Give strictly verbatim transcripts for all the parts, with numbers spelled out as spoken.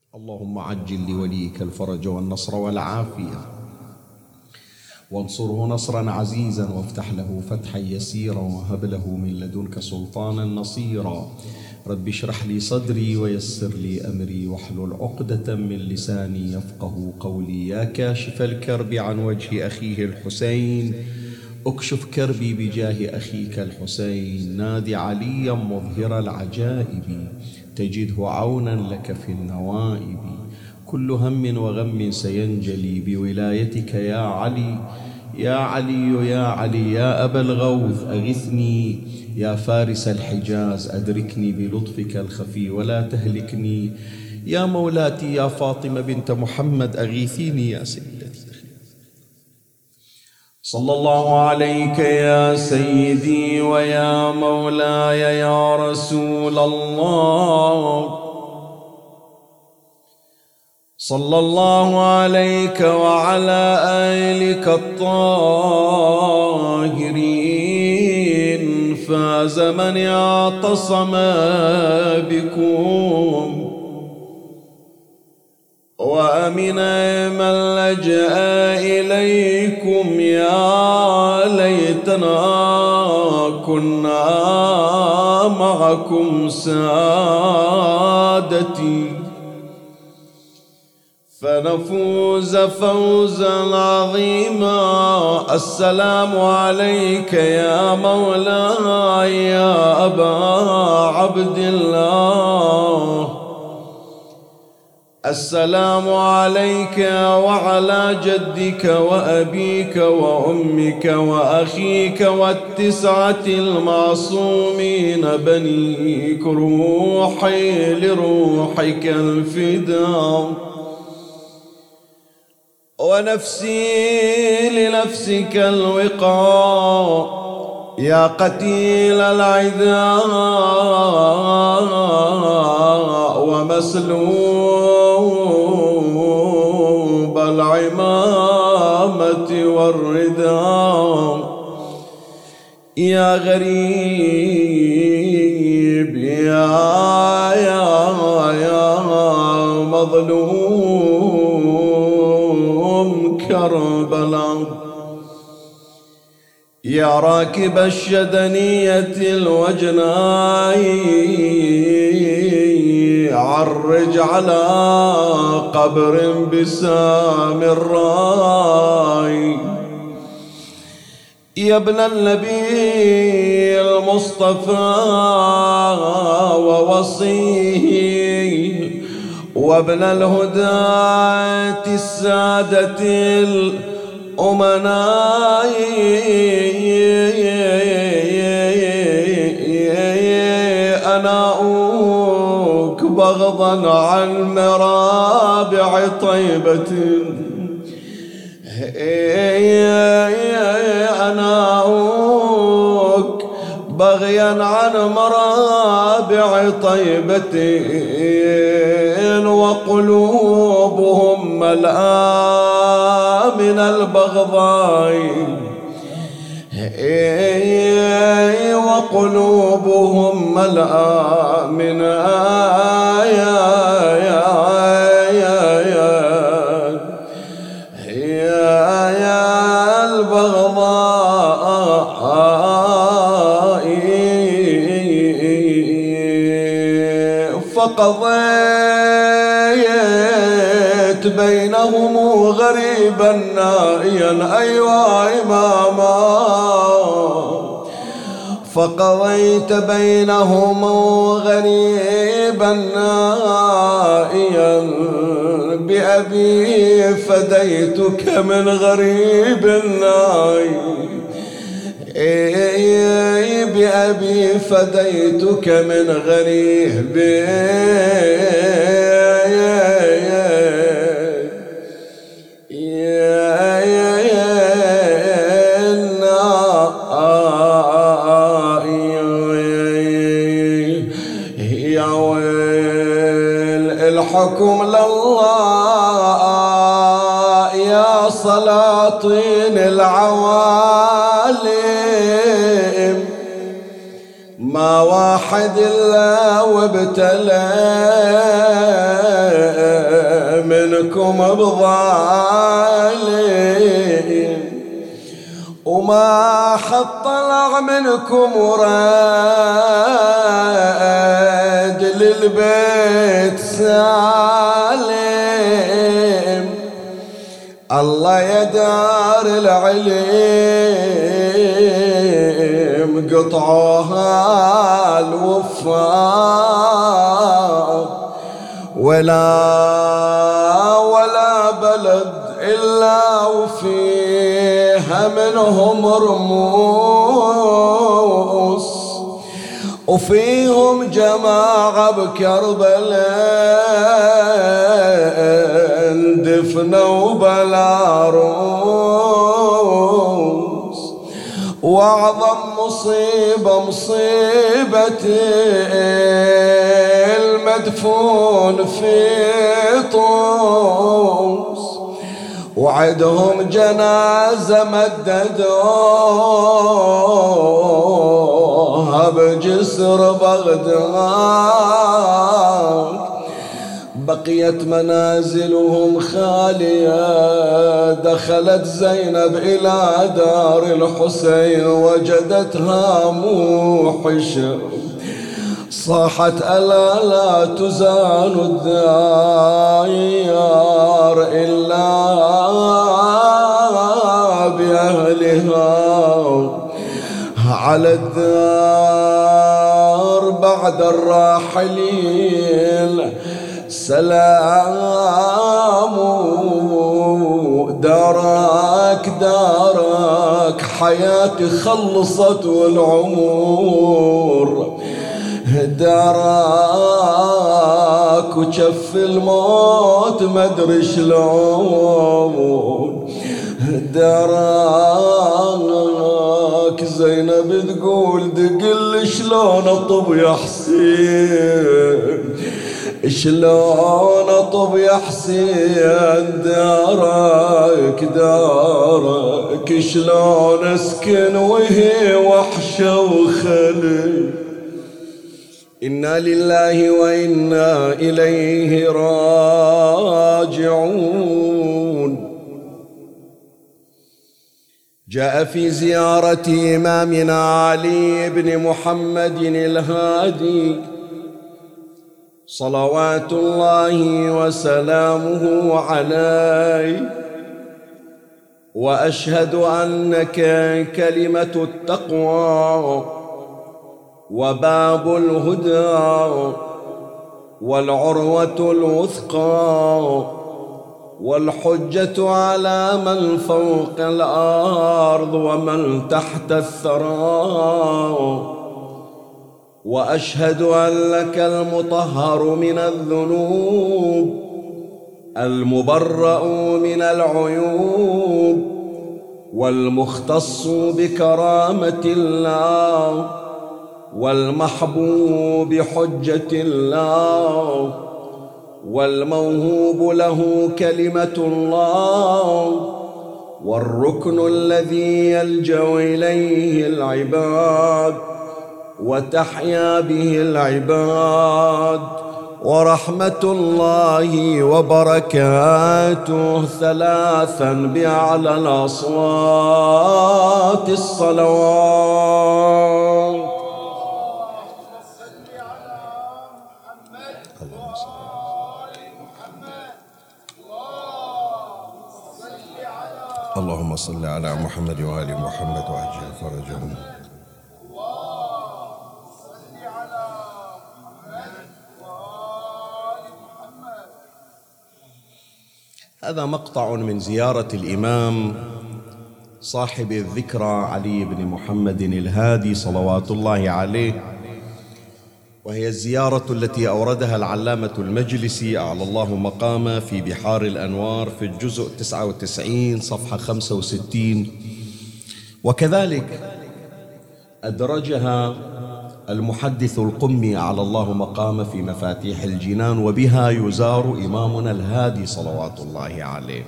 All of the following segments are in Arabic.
اللهم عجل لوليك الفرج والنصر والعافية، وانصره نصرا عزيزا، وافتح له فتحا يسيرا، وهب له من لدنك سلطانا نصيرا. رب اشرح لي صدري ويسر لي أمري واحلل عقدة من لساني يفقه قولي. يا كاشف الكرب عن وجه أخيه الحسين، اكشف كربي بجاه أخيك الحسين. نادي عليا مظهر العجائب، تجده عونا لك في النوائب. كل هم وغم سينجلي بولايتك يا علي. يا علي يا علي يا أبا الغوث أغثني، يا فارس الحجاز أدركني بلطفك الخفي ولا تهلكني. يا مولاتي يا فاطمة بنت محمد أغيثيني يا سيدتي. صلى الله عليك يا سيدي ويا مولاي يا رسول الله. صلى الله عليك وعلى آلك الطاهرين. فاز من اعتصم بكم، وأمن من لجأ إليكم. يا ليتنا كنا معكم سادتي، فنفوز فوزا عظيما. السلام عليك يا مولاي يا أبا عبد الله. السلام عليك وعلى جدك وأبيك وأمك وأخيك والتسعة المعصومين بنيك. روحي لروحك الفداء، ونفسي لنفسك الوقاء. يا قتيل العداء ومسلوب العمامة والرداء. يا غريب يا يا يا مظلوم كربلاء. يا راكب الشدنية الوجناء، عرج على قبر بسام الراي. يا ابن النبي المصطفى ووصيه، وابن الهداة السادة الأمناء. أناؤك بغضا عن مرابع طيبة. أناؤك بغيا عن مرابع طيبة، وقلوبهم ملآ من البغضاء. وقلوبهم ملآ من البغضاء. فقضيت بينهم غريبا نائيا. أيوا إماما، فقضيت بينهم غريبا نائيا. بأبي فديتك من غريب نائي. بأبي فديتك من غريب يا ويل. الحكم لله يا سلاطين العوالم. ما واحد إلا وابتلى منكم بظالم وما حط طلع منكم وراد للبيت سالم. الله يا دار العلم قطعوها الوفاء ولا ولا بلد إلا وفيها منهم رموس وفيهم جماعة بكربلاء دفنوا بلا روس. وأعظم مصيبة مصيبة المدفون في طوس وعدهم جنازة مددوها بجسر بغداد. بقيت منازلهم خالية. دخلت زينب إلى دار الحسين وجدتها موحشة. صاحت ألا لا تزان الديار إلا بأهلها. على الدار بعد الراحلين سلام. دارك دارك حياتي خلصت والعمر دارك وشف الموت مدري شلون دارك. زينب تقول دقل شلون اطب يا حسين شلون اطب يا حسين دارك دارك شلون اسكن وهي وحشة وخلي. إنا لله وإنا إليه راجعون. جاء في زيارة إمامنا علي بن محمد الهادي صلوات الله وسلامه عليه. وأشهد أنك كلمة التقوى وباب الهدى والعروة الوثقى والحجة على من فوق الأرض ومن تحت الثرى. وأشهد أن لك المطهر من الذنوب المبرأ من العيوب والمختص بكرامة الله والمحبوب حجة الله والموهوب له كلمة الله والركن الذي يلجأ إليه العباد وتحيا به العباد. ورحمة الله وبركاته ثلاثا بأعلى الأصوات الصلوات. اللهم صل على محمد وآل محمد وعجل فرجهم. هذا مقطع من زيارة الإمام صاحب الذكرى علي بن محمد الهادي صلوات الله عليه، وهي الزيارة التي أوردها العلامة المجلسي أعلى الله مقامه في بحار الأنوار في الجزء تسعة وتسعين صفحة خمسة وستين، وكذلك أدرجها المحدث القمي أعلى الله مقامه في مفاتيح الجنان، وبها يزار إمامنا الهادي صلوات الله عليه.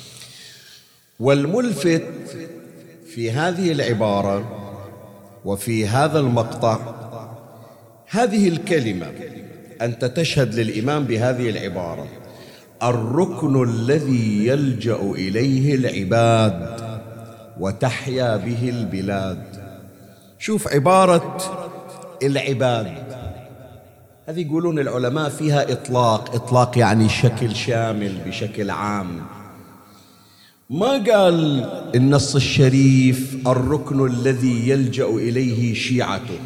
والملفت في هذه العبارة وفي هذا المقطع هذه الكلمة، أنت تشهد للإمام بهذه العبارة: الركن الذي يلجأ إليه العباد وتحيا به البلاد. شوف عبارة العباد هذه يقولون العلماء فيها إطلاق، إطلاق يعني شكل شامل بشكل عام. ما قال النص الشريف الركن الذي يلجأ إليه شيعته،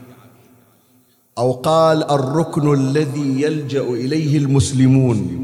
أو قال الركن الذي يلجأ إليه المسلمون.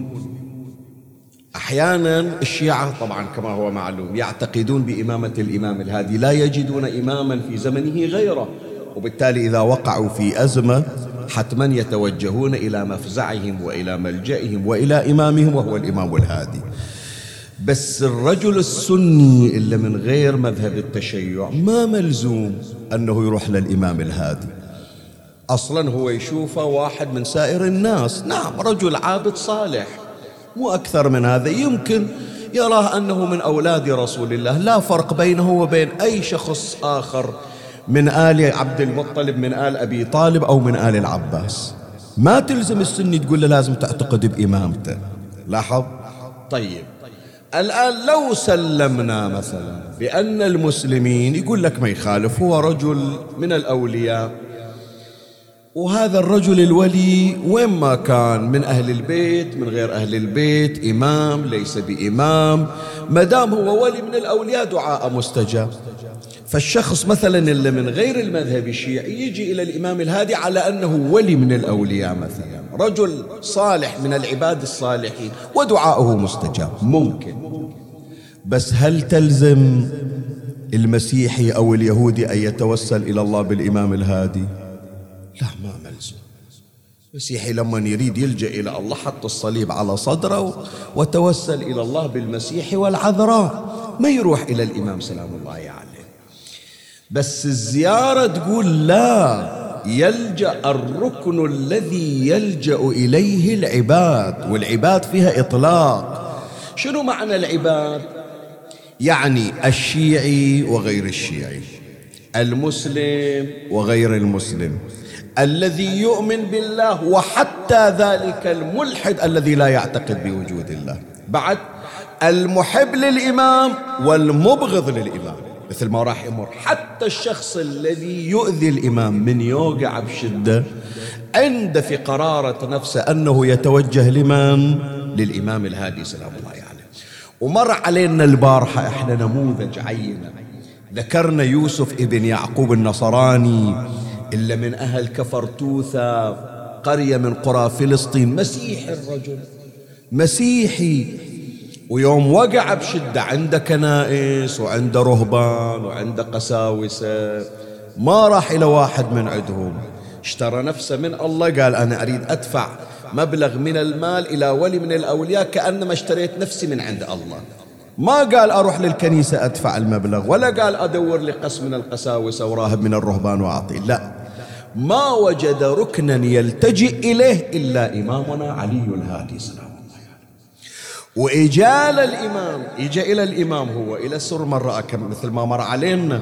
أحيانا الشيعة طبعا كما هو معلوم يعتقدون بإمامة الإمام الهادي، لا يجدون إماما في زمنه غيره، وبالتالي إذا وقعوا في أزمة حتما يتوجهون إلى مفزعهم وإلى ملجئهم وإلى إمامهم وهو الإمام الهادي. بس الرجل السني اللي من غير مذهب التشيع ما ملزوم أنه يروح للإمام الهادي، أصلا هو يشوفه واحد من سائر الناس، نعم رجل عابد صالح مو أكثر من هذا، يمكن يراه أنه من أولاد رسول الله، لا فرق بينه وبين أي شخص آخر من آل عبد المطلب، من آل أبي طالب أو من آل العباس. ما تلزم السني تقول له لازم تعتقد بإمامته. لاحظ. طيب الآن لو سلمنا مثلا بأن المسلمين، يقول لك ما يخالف، هو رجل من الأولياء، وهذا الرجل الولي وين ما كان، من أهل البيت من غير أهل البيت، إمام ليس بإمام، ما دام هو ولي من الأولياء دعاء مستجاب. فالشخص مثلا اللي من غير المذهب الشيعي يجي إلى الإمام الهادي على أنه ولي من الأولياء، مثلا رجل صالح من العباد الصالحين ودعاؤه مستجاب، ممكن. بس هل تلزم المسيحي أو اليهودي أن يتوسل إلى الله بالإمام الهادي؟ لا، ما ملزم. المسيحي لما يريد يلجأ إلى الله حط الصليب على صدره وتوسل إلى الله بالمسيح والعذراء، ما يروح إلى الإمام سلام الله عليه. بس الزيارة تقول لا، يلجأ الركن الذي يلجأ إليه العباد، والعباد فيها إطلاق. شنو معنى العباد؟ يعني الشيعي وغير الشيعي، المسلم وغير المسلم، الذي يؤمن بالله وحتى ذلك الملحد الذي لا يعتقد بوجود الله، بعد المحب للإمام والمبغض للإمام، مثل ما راح يمر حتى الشخص الذي يؤذي الإمام من يوقع بشدة عند في قرارة نفسه أنه يتوجه لمن؟ للإمام الهادي سلام الله عليه. ومر علينا البارحة إحنا نموذج عينة، ذكرنا يوسف ابن يعقوب النصراني إلا من أهل كفرتوثة، قرية من قرى فلسطين، مسيحي الرجل مسيحي، ويوم وقع بشدة عنده كنائس وعنده رهبان وعنده قساوسة، ما راح إلى واحد من عندهم، اشترى نفسه من الله، قال أنا أريد أدفع مبلغ من المال إلى ولي من الأولياء كأنما اشتريت نفسي من عند الله. ما قال أروح للكنيسة أدفع المبلغ، ولا قال أدور لي قس من القساوسة وراهب من الرهبان وأعطي، لا، ما وجد ركنا يلتجئ إليه إلا إمامنا علي الهادي سلام الله عليه. وإجال الإمام، إجا إلى الإمام هو إلى السر مرة مثل ما مر علينا،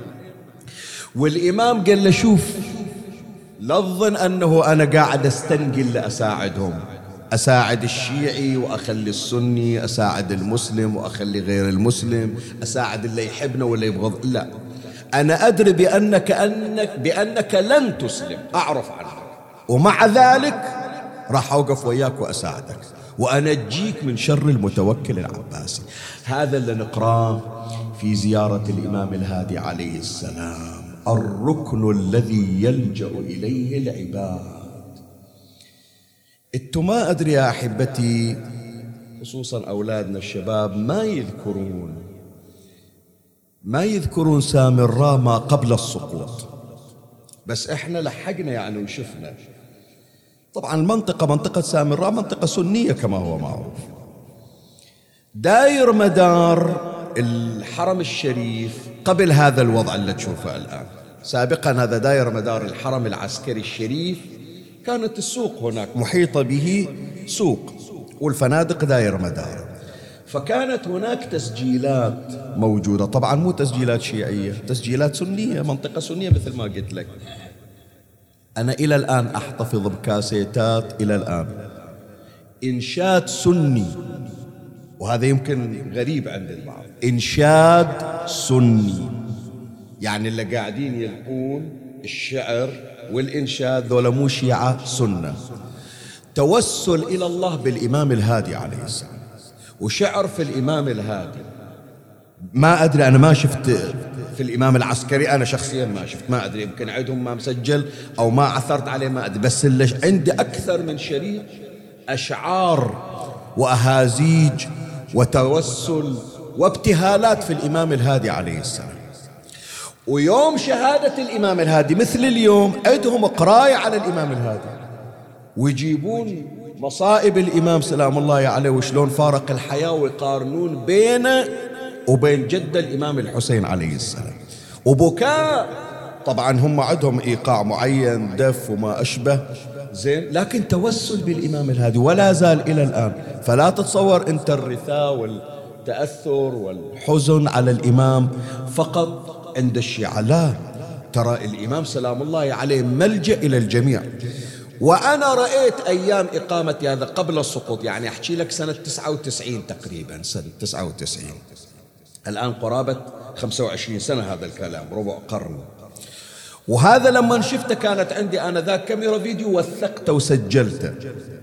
والإمام قال له شوف، لا تظن أنه أنا قاعد أستنقل لأساعدهم، أساعد الشيعي وأخلي السني، أساعد المسلم وأخلي غير المسلم، أساعد اللي يحبنا واللي يبغض، لا، أنا أدري بأنك أنك بأنك لن تسلم، أعرف عنك، ومع ذلك راح أوقف وياك وأساعدك وأنا أجيك من شر المتوكل العباسي. هذا اللي نقراه في زيارة الإمام الهادي عليه السلام، الركن الذي يلجأ إليه العباد. انتم ما أدري يا أحبتي، خصوصا أولادنا الشباب، ما يذكرون ما يذكرون سامراء ما قبل السقوط، بس إحنا لحقنا يعني وشفنا. طبعا المنطقة منطقة سامراء منطقة سنية كما هو معروف، داير مدار الحرم الشريف قبل هذا الوضع اللي تشوفه الآن. سابقا هذا داير مدار الحرم العسكري الشريف، كانت السوق هناك محيطة به سوق، والفنادق داير مدار، فكانت هناك تسجيلات موجودة، طبعا مو تسجيلات شيعية، تسجيلات سنية، منطقة سنية مثل ما قلت لك. أنا إلى الآن أحتفظ بكاسيتات إلى الآن إنشاد سني، وهذا يمكن غريب عند البعض. إنشاد سني يعني اللي قاعدين يلقون الشعر والإنشاد ذولا مو شيعة، سنة. توسل إلى الله بالإمام الهادي عليه السلام، وشعر في الإمام الهادي. ما أدري، أنا ما شفت في الإمام العسكري، أنا شخصيا ما شفت، ما أدري، يمكن عندهم ما مسجل أو ما عثرت عليه، ما أدري. بس اللي عندي أكثر من شريط أشعار وأهازيج وتوسل وابتهالات في الإمام الهادي عليه السلام. ويوم شهادة الإمام الهادي مثل اليوم عندهم قراية على الإمام الهادي، ويجيبون مصائب الإمام سلام الله عليه وشلون فارق الحياة، ويقارنون بينه وبين جد الإمام الحسين عليه السلام، وبكاء. طبعا هم عندهم إيقاع معين، دف وما أشبه، زين، لكن توسل بالإمام الهادي ولا زال إلى الآن. فلا تتصور أنت الرثاء والتأثر والحزن على الإمام فقط عند الشيعة، لا، ترى الإمام سلام الله عليه ملجأ إلى الجميع. وأنا رأيت أيام إقامة هذا قبل السقوط، يعني أحكي لك سنة تسعة وتسعين تقريبا، سنة تسعة وتسعين، الآن قرابة خمسة وعشرين سنة هذا الكلام، ربع قرن. وهذا لما شفته كانت عندي أنا ذاك كاميرا فيديو، وثقته وسجلته.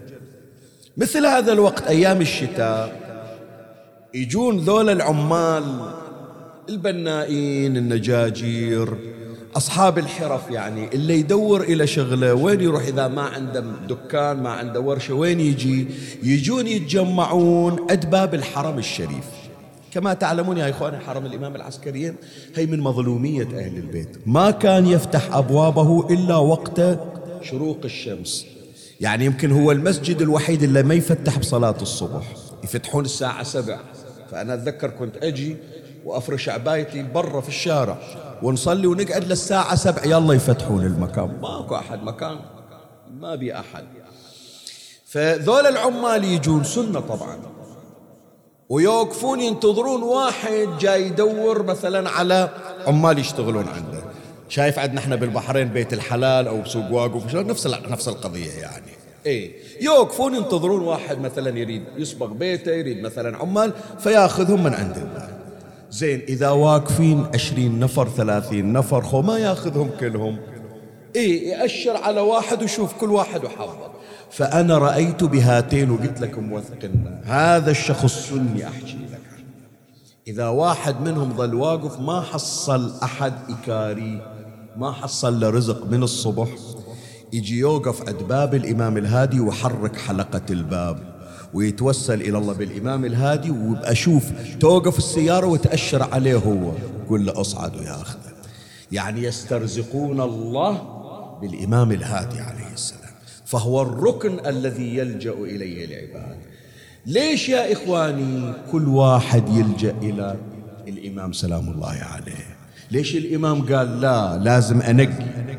مثل هذا الوقت أيام الشتاء يجون ذول العمال البنائين النجاجير أصحاب الحرف، يعني اللي يدور إلى شغله وين يروح إذا ما عنده دكان، ما عنده ورشة، وين يجي؟ يجون يتجمعون عند باب الحرم الشريف. كما تعلمون يا إخواني، حرم الإمام العسكريين هي من مظلومية أهل البيت، ما كان يفتح أبوابه إلا وقت شروق الشمس. يعني يمكن هو المسجد الوحيد اللي ما يفتح بصلاة الصبح، يفتحون الساعة سبع. فأنا أتذكر كنت أجي وأفرش عبايتي برا في الشارع ونصلي ونقعد للساعة سبع، يلا يفتحون المكان، ماكو أحد، مكان ما بي أحد. فذول العمال يجون سنة طبعا، ويوقفون ينتظرون واحد جاي يدور مثلا على عمال يشتغلون عنده. شايف عندنا احنا بالبحرين بيت الحلال او بسوق واقف، نفس نفس القضيه يعني. ايه، يوقفون ينتظرون واحد مثلا يريد يصبغ بيته، يريد مثلا عمال، فياخذهم من عند الباب. زين، اذا واقفين عشرين نفر ثلاثين نفر، خو ما ياخذهم كلهم، ايه، يأشر على واحد ويشوف كل واحد وحافظ. فأنا رأيت بهاتين وقلت لكم موثقنا، هذا الشخص سني أحكي لك. إذا واحد منهم ظل واقف ما حصل أحد إكاري، ما حصل له رزق من الصبح، يجي يوقف عند باب الإمام الهادي ويحرك حلقة الباب ويتوسل إلى الله بالإمام الهادي، وأشوف توقف السيارة وتأشر عليه هو، يقول له أصعد وياخذه. يعني يسترزقون الله بالإمام الهادي عليه السلام، فهو الركن الذي يلجأ إليه العباد. ليش يا إخواني كل واحد يلجأ إلى الإمام سلام الله عليه؟ ليش الإمام قال لا، لازم أنقي،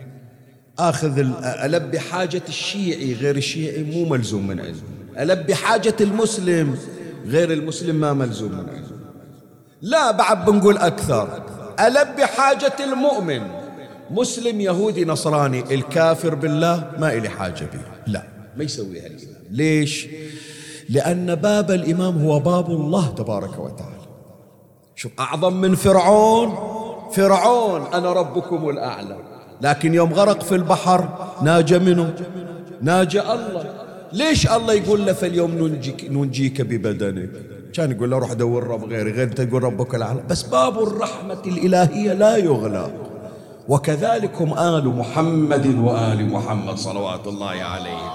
آخذ ألبي حاجة الشيعي، غير الشيعي مو ملزوم من عنده، ألبي حاجة المسلم، غير المسلم ما ملزوم من عنده. لا، بعد بنقول أكثر، ألبي حاجة المؤمن، مسلم يهودي نصراني، الكافر بالله ما إلي حاجة به، لا، ما يسويها الإمام. ليش؟ لأن باب الإمام هو باب الله تبارك وتعالى. شوف، أعظم من فرعون، فرعون أنا ربكم الأعلى، لكن يوم غرق في البحر ناجى منه، ناجى الله. ليش الله يقول له فاليوم ننجيك, ننجيك ببدنك؟ كان يقول له روح دور رب غيري، غير أنت تقول ربك الأعلى. بس باب الرحمة الإلهية لا يغلق، وكذلك هم آل محمد وآل محمد صلوات الله عليه.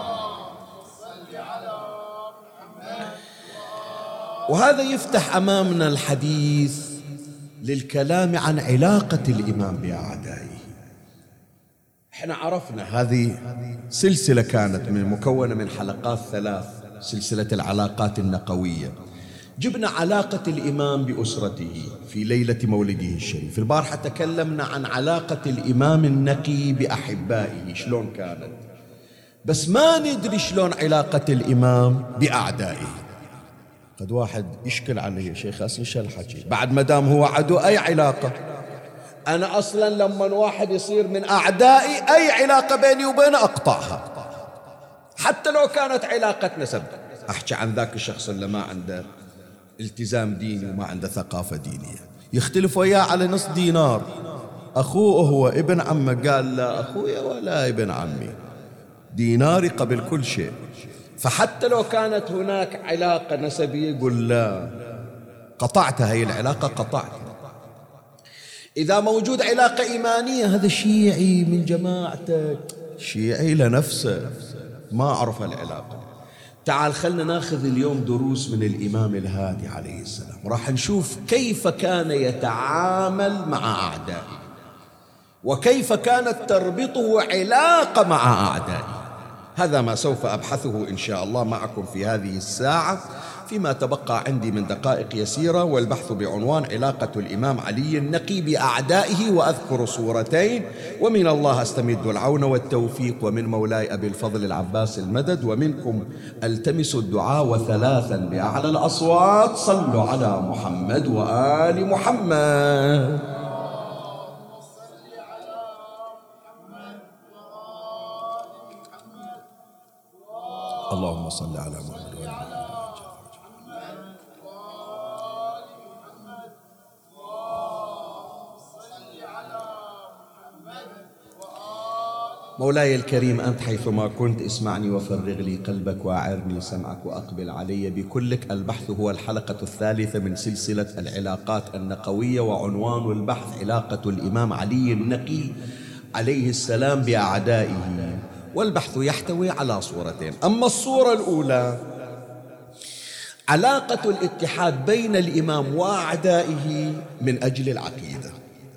وهذا يفتح أمامنا الحديث للكلام عن علاقة الإمام بأعدائه. احنا عرفنا هذه سلسلة كانت من مكونة من حلقات ثلاث، سلسلة العلاقات النقوية. جبنا علاقة الإمام بأسرته في ليلة مولده الشريف. البارحة تكلمنا عن علاقة الإمام النقي بأحبائه شلون كانت، بس ما ندري شلون علاقة الإمام بأعدائه. قد واحد يشكل عليه، يا شيخ أصلي شو الحكي، بعد ما دام هو عدو أي علاقة؟ أنا أصلا لما واحد يصير من أعدائي أي علاقة بيني وبينه أقطعها. حتى لو كانت علاقة نسب. أحكي عن ذاك الشخص اللي ما عنده التزام ديني وما عنده ثقافة دينية، يختلف وياه على نص دينار، أخوه هو ابن عمه، قال لا أخويا ولا ابن عمي، ديناري قبل كل شيء. فحتى لو كانت هناك علاقة نسبية يقول لا، قطعت هاي العلاقة، قطعت. إذا موجود علاقة إيمانية، هذا شيعي من جماعتك، شيعي لنفسه، ما أعرف العلاقة. تعال خلنا ناخذ اليوم دروس من الإمام الهادي عليه السلام، راح نشوف كيف كان يتعامل مع أعدائه، وكيف كانت تربطه علاقة مع أعدائه. هذا ما سوف أبحثه إن شاء الله معكم في هذه الساعة فيما تبقى عندي من دقائق يسيرة، والبحث بعنوان علاقة الإمام علي النقي بأعدائه، وأذكر صورتين، ومن الله أستمد العون والتوفيق، ومن مولاي أبي الفضل العباس المدد، ومنكم ألتمس الدعاء، وثلاثا بأعلى الأصوات صلوا على محمد وآل محمد. اللهم صل على محمد وآل محمد. مولاي الكريم، أنت حيثما كنت اسمعني وفرغ لي قلبك وأعرني سمعك وأقبل علي بكلك. البحث هو الحلقة الثالثة من سلسلة العلاقات النقوية، وعنوان البحث علاقة الإمام علي النقي عليه السلام بأعدائه، والبحث يحتوي على صورتين. أما الصورة الأولى علاقة الاتحاد بين الإمام وأعدائه من أجل العقيدة.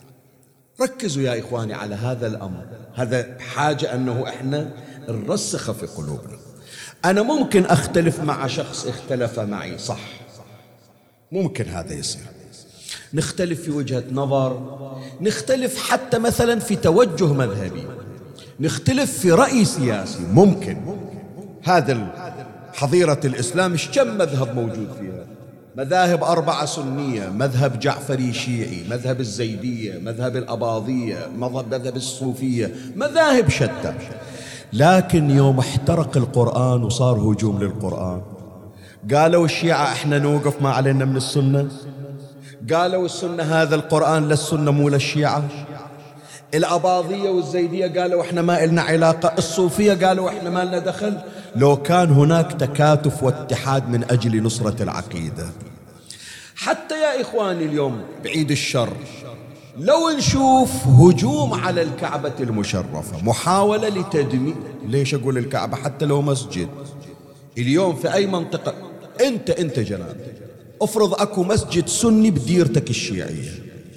ركزوا يا إخواني على هذا الأمر، هذا حاجة أنه إحنا نرسخ في قلوبنا. أنا ممكن أختلف مع شخص اختلف معي، صح، ممكن هذا يصير، نختلف في وجهة نظر، نختلف حتى مثلا في توجه مذهبي، نختلف في رأي سياسي، ممكن. هذا حظيرة الإسلام إيش كم مذهب موجود فيها؟ مذاهب أربعة سنية، مذهب جعفري شيعي، مذهب الزيدية، مذهب الأباضية، مذهب الصوفية، مذاهب شتى. لكن يوم احترق القرآن وصار هجوم للقرآن، قالوا الشيعة احنا نوقف ما علينا من السنة، قالوا السنة هذا القرآن للسنة مو للشيعة، الأباضية والزيدية قالوا احنا ما إلنا علاقة، الصوفية قالوا احنا ما لنا دخل. لو كان هناك تكاتف واتحاد من أجل نصرة العقيدة، حتى يا إخواني اليوم بعيد الشر، لو نشوف هجوم على الكعبة المشرفة، محاولة لتدمير، ليش أقول الكعبة؟ حتى لو مسجد اليوم في أي منطقة، أنت أنت جناب أفرض أكو مسجد سني بديرتك الشيعية،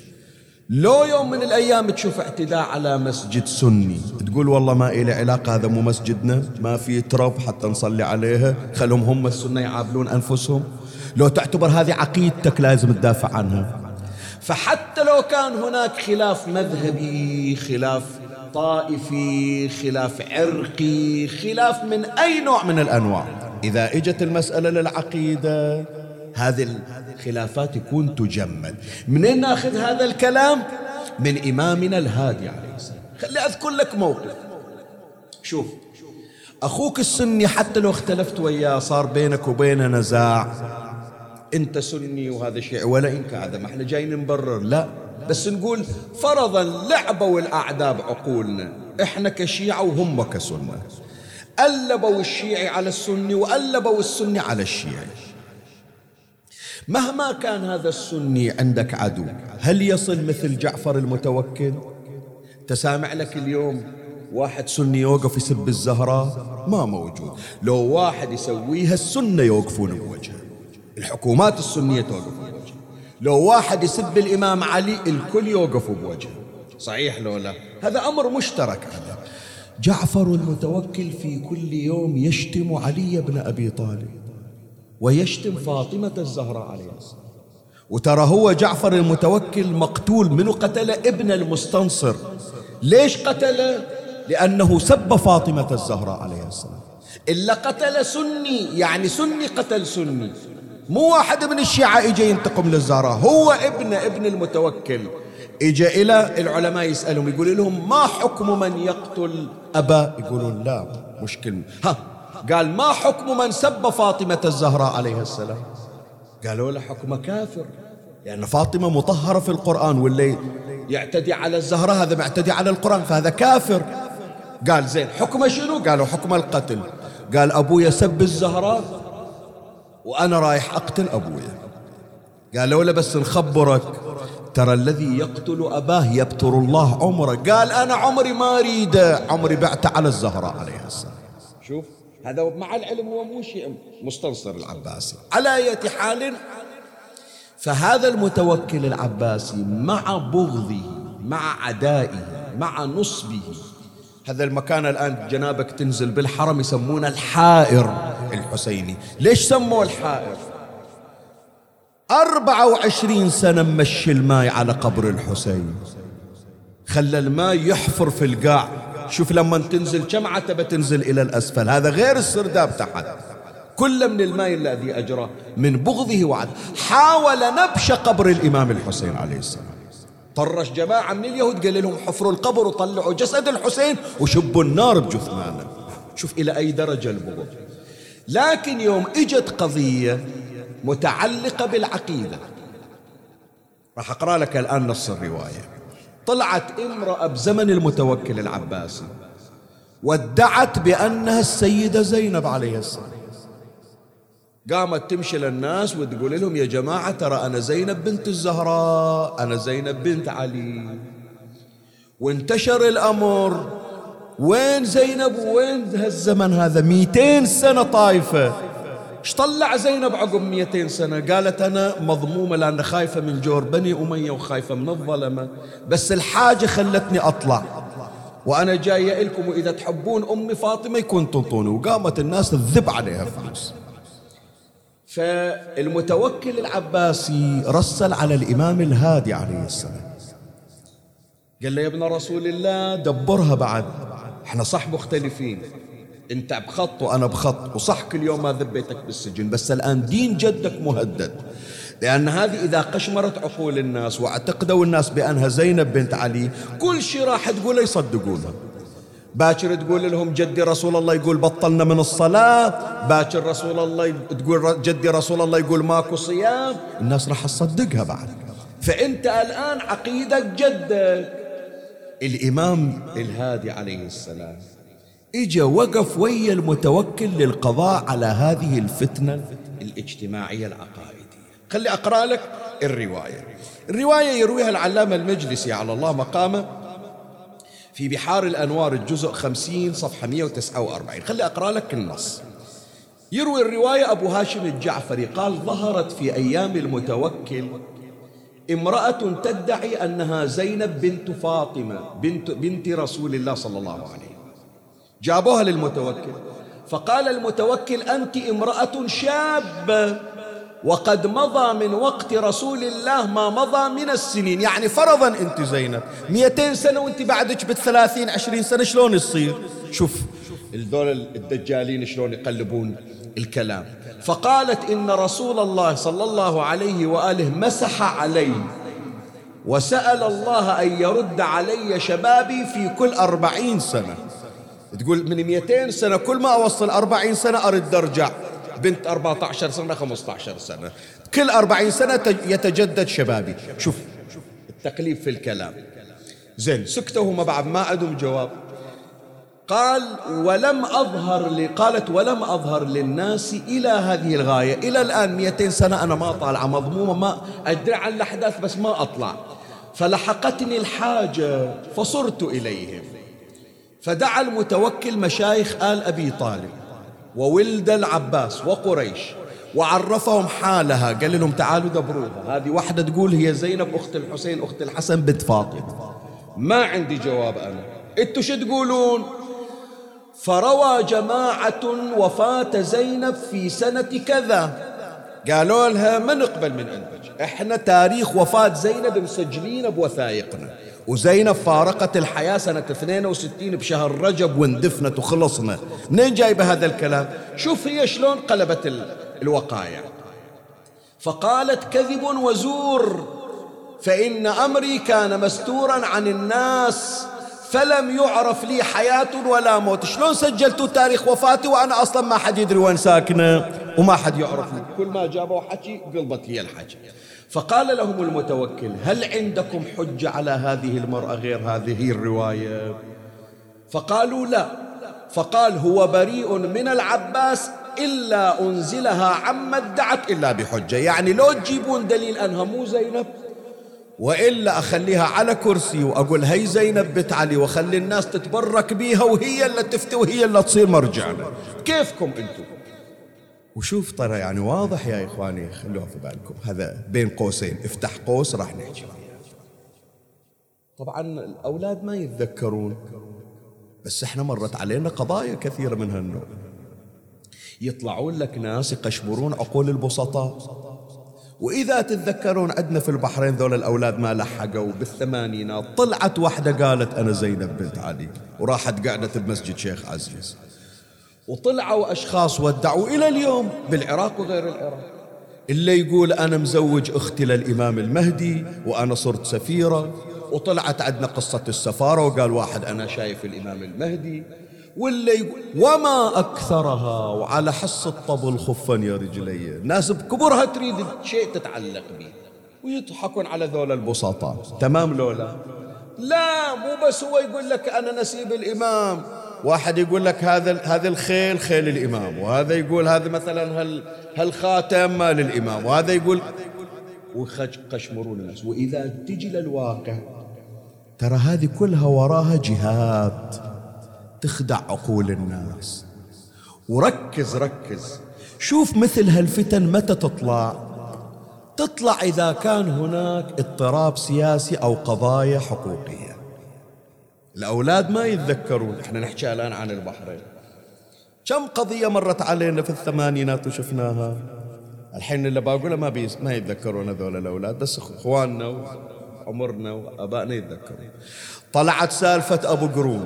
لو يوم من الأيام تشوف اعتداء على مسجد سني، تقول والله ما إلي علاقة، هذا مو مسجدنا، ما في تراب حتى نصلي عليها، خلهم هم السنة يعابلون أنفسهم. لو تعتبر هذه عقيدتك لازم تدافع عنها. فحتى لو كان هناك خلاف مذهبي، خلاف طائفي، خلاف عرقي، خلاف من أي نوع من الأنواع، إذا اجت المسألة للعقيدة هذه الخلافات يكون تجمد. منين ناخذ هذا الكلام؟ من إمامنا الهادي عليه السلام. خلي أذكر لك موقف. شوف، أخوك السني حتى لو اختلفت وياه، صار بينك وبينه نزاع، أنت سني وهذا شيء، ولا إنك هذا، ما احنا جايين نبرر، لا، بس نقول فرضا لعبوا الأعداء بعقولنا، احنا كشيعة وهم كسنة، قلبوا الشيعي على السني وقلبوا السني على الشيعي. مهما كان هذا السني عندك عدو، هل يصل مثل جعفر المتوكل؟ تسامع لك اليوم واحد سني يوقف يسب الزهراء؟ ما موجود. لو واحد يسويها السنة يوقفون بوجهه، الحكومات السنية توقف بوجهه. لو واحد يسب الإمام علي الكل يوقف بوجهه، صحيح لو لا؟ هذا أمر مشترك. هذا جعفر المتوكل في كل يوم يشتم علي بن أبي طالب ويشتم فاطمة الزهراء عليه السلام. وترى هو جعفر المتوكل مقتول، منو قتله؟ ابن المستنصر. ليش قتله؟ لأنه سب فاطمة الزهراء عليه السلام. إلا قتل سني، يعني سني قتل سني، مو واحد من الشيعة إجا ينتقم للزهراء، هو ابن ابن المتوكل. إجا إلى العلماء يسألهم، يقول لهم ما حكم من يقتل أبا؟ يقولون لا مشكل. ها قال ما حكم من سب فاطمة الزهراء عليها السلام؟ قالوا له حكم كافر، لأن يعني فاطمة مطهرة في القرآن، واللي يعتدي على الزهراء هذا معتدي على القرآن، فهذا كافر. قال زين حكم شنو؟ قالوا حكم القتل. قال أبويا سب الزهراء وأنا رايح أقتل أبويا. قالوا له بس نخبرك ترى الذي يقتل أباه يبتر الله عمره. قال أنا عمري ما أريده، عمري بعته على الزهراء عليها السلام. شوف هذا مع العلم هو مو شيء مستنصر العباسي. على أي حال، فهذا المتوكل العباسي مع بغضه مع عدائه مع نصبه، هذا المكان الآن جنابك تنزل بالحرم يسمونه الحائر الحسيني. ليش سموه الحائر؟ أربعة وعشرين سنة مشي الماء على قبر الحسين، خلى الماء يحفر في القاع. شوف لما تنزل كم عتبة تنزل إلى الأسفل، هذا غير السرداب تحت، كل من الماء الذي أجراه من بغضه وعد. حاول نبش قبر الإمام الحسين عليه السلام، طرش جماعة من اليهود قال لهم حفروا القبر وطلعوا جسد الحسين وشبوا النار بجثمانه. شوف إلى أي درجة البغض. لكن يوم إجت قضية متعلقة بالعقيدة، راح أقرأ لك الآن نص الرواية. طلعت امرأة بزمن المتوكل العباسي وادعت بأنها السيدة زينب عليه السلام، قامت تمشي للناس وتقول لهم يا جماعة ترى أنا زينب بنت الزهراء، أنا زينب بنت علي. وانتشر الأمر، وين زينب وين هالزمن هذا؟ مئتين سنة طايفة. ايش طلع زينب عقب مئتين سنة؟ قالت أنا مضمومة لأن خايفة من جور بني أمية وخايفة من الظلمة، بس الحاجة خلتني أطلع وأنا جاية لكم، وإذا تحبون أمي فاطمة يكون تنطوني. وقامت الناس تذب عليها فلوس. فالمتوكل العباسي رسل على الإمام الهادي عليه السلام، قال له يا ابن رسول الله دبرها بعد، احنا صح مختلفين، انت بخط وانا بخط، وصح كل يوم ما ذبيتك بالسجن، بس الآن دين جدك مهدد، لأن هذه إذا قشمرت عقول الناس واعتقدوا الناس بأنها زينب بنت علي كل شيء راح تقوله يصدقونها. باكر تقول لهم جدي رسول الله يقول بطلنا من الصلاة، باكر رسول الله تقول جدي رسول الله يقول ماكو صيام، الناس راح تصدقها بعد. فأنت الآن عقيدك جدك. الإمام الهادي عليه السلام إجا وقف ويا المتوكل للقضاء على هذه الفتنة الاجتماعية العقائدية. خلي أقرأ لك الرواية. الرواية يرويها العلامة المجلسي على الله مقامه في بحار الأنوار الجزء خمسين صفحة مئة وتسعة وأربعين. خلي أقرأ لك النص. يروي الرواية أبو هاشم الجعفري قال ظهرت في أيام المتوكل امرأة تدعي أنها زينب بنت فاطمة بنت, بنت رسول الله صلى الله عليه وسلم. جابوها للمتوكل فقال المتوكل أنت امرأة شابة وقد مضى من وقت رسول الله ما مضى من السنين، يعني فرضا أنت زينب مئتين سنة وأنت بعدك بالثلاثين عشرين سنة، شلون يصير؟ شوف الدول الدجالين شلون يقلبون الكلام. فقالت إن رسول الله صلى الله عليه وآله مسح علي وسأل الله أن يرد علي شبابي في كل أربعين سنة. تقول من مئتين سنة كل ما أوصل أربعين سنة أرد أرجع بنت أربعة عشر سنة خمسة عشر سنة، كل أربعين سنة يتجدد شبابي. شوف التقليب في الكلام. زين سكتوا هم بعد ما عندهم جواب. قال ولم أظهر لي قالت ولم أظهر للناس إلى هذه الغاية، إلى الآن مئتين سنة أنا ما طالعة مضمومة، ما أدري عن الأحداث بس ما أطلع، فلحقتني الحاجة فصرت إليهم. فدعا المتوكل مشايخ آل أبي طالب وولد العباس وقريش وعرفهم حالها، قال لهم تعالوا دبروها، هذه واحدة تقول هي زينب أخت الحسين أخت الحسن بنت فاطمة، ما عندي جواب أنا، أنتوا شو تقولون؟ فروى جماعة وفاة زينب في سنة كذا، قالوا لها ما نقبل من عندك، احنا تاريخ وفاة زينب مسجلين بوثائقنا، وزينب فارقت الحياة سنة اثنين وستين بشهر رجب واندفنت وخلصنا. منين جايبه هذا الكلام؟ شوف هي شلون قلبت الوقايع. فقالت كذب وزور، فإن أمري كان مستورا عن الناس، فلم يعرف لي حياة ولا موت. شلون سجلتوا تاريخ وفاتي وأنا أصلا ما حد يدري وين ساكنة وما حد يعرف لي؟ كل ما جابوا حكي قلبت هي الحكي. فقال لهم المتوكل: هل عندكم حجة على هذه المرأة غير هذه الرواية؟ فقالوا: لا. فقال: هو بريء من العباس إلا أنزلها عما ادعت إلا بحجة. يعني لو تجيبون دليل أنها مو زينب، وإلا أخليها على كرسي وأقول هي زينب بنت علي وأخلي الناس تتبرك بيها وهي اللي تفتي وهي اللي تصير مرجعنا. كيفكم أنتم؟ وشوف ترى يعني واضح يا إخواني، خلوها في بالكم، هذا بين قوسين، افتح قوس راح نحكي. طبعا الأولاد ما يتذكرون، بس احنا مرت علينا قضايا كثيرة من هالنوع. يطلعون لك ناس يقشبرون عقول البسطاء. وإذا تتذكرون عندنا في البحرين ذول الأولاد ما لحقوا بالثمانينات، طلعت واحدة قالت أنا زينب بنت علي وراحت قعدت بمسجد شيخ عزيز. وطلعوا أشخاص ودعوا إلى اليوم بالعراق وغير العراق، اللي يقول أنا مزوج أختي للإمام المهدي وأنا صرت سفيرة. وطلعت عندنا قصة السفارة وقال واحد أنا شايف الإمام المهدي. واللي يقول وما أكثرها وعلى حس الطبل خفا يا رجلي. ناس بكبرها تريد شيء تتعلق به ويضحكون على ذول البساطة. تمام لولا؟ لا، مو بس هو يقول لك أنا نسيب الإمام، واحد يقول لك هذا هذا الخيل خيل الإمام، وهذا يقول هذا مثلا هال هالخاتم مال الإمام، وهذا يقول وقشمرون الناس. وإذا تجي للواقع ترى هذه كلها وراها جهات تخدع عقول الناس. وركز ركز، شوف مثل هالفتن متى تطلع؟ تطلع إذا كان هناك اضطراب سياسي أو قضايا حقوقية. الأولاد ما يتذكرون، احنا نحكي الآن عن البحرين. كم قضية مرت علينا في الثمانينات وشفناها. الحين اللي بقوله ما بيس ما يتذكرون هذول الأولاد، بس إخواننا وعمرنا وأبائنا يتذكرون. طلعت سالفة أبو قرون،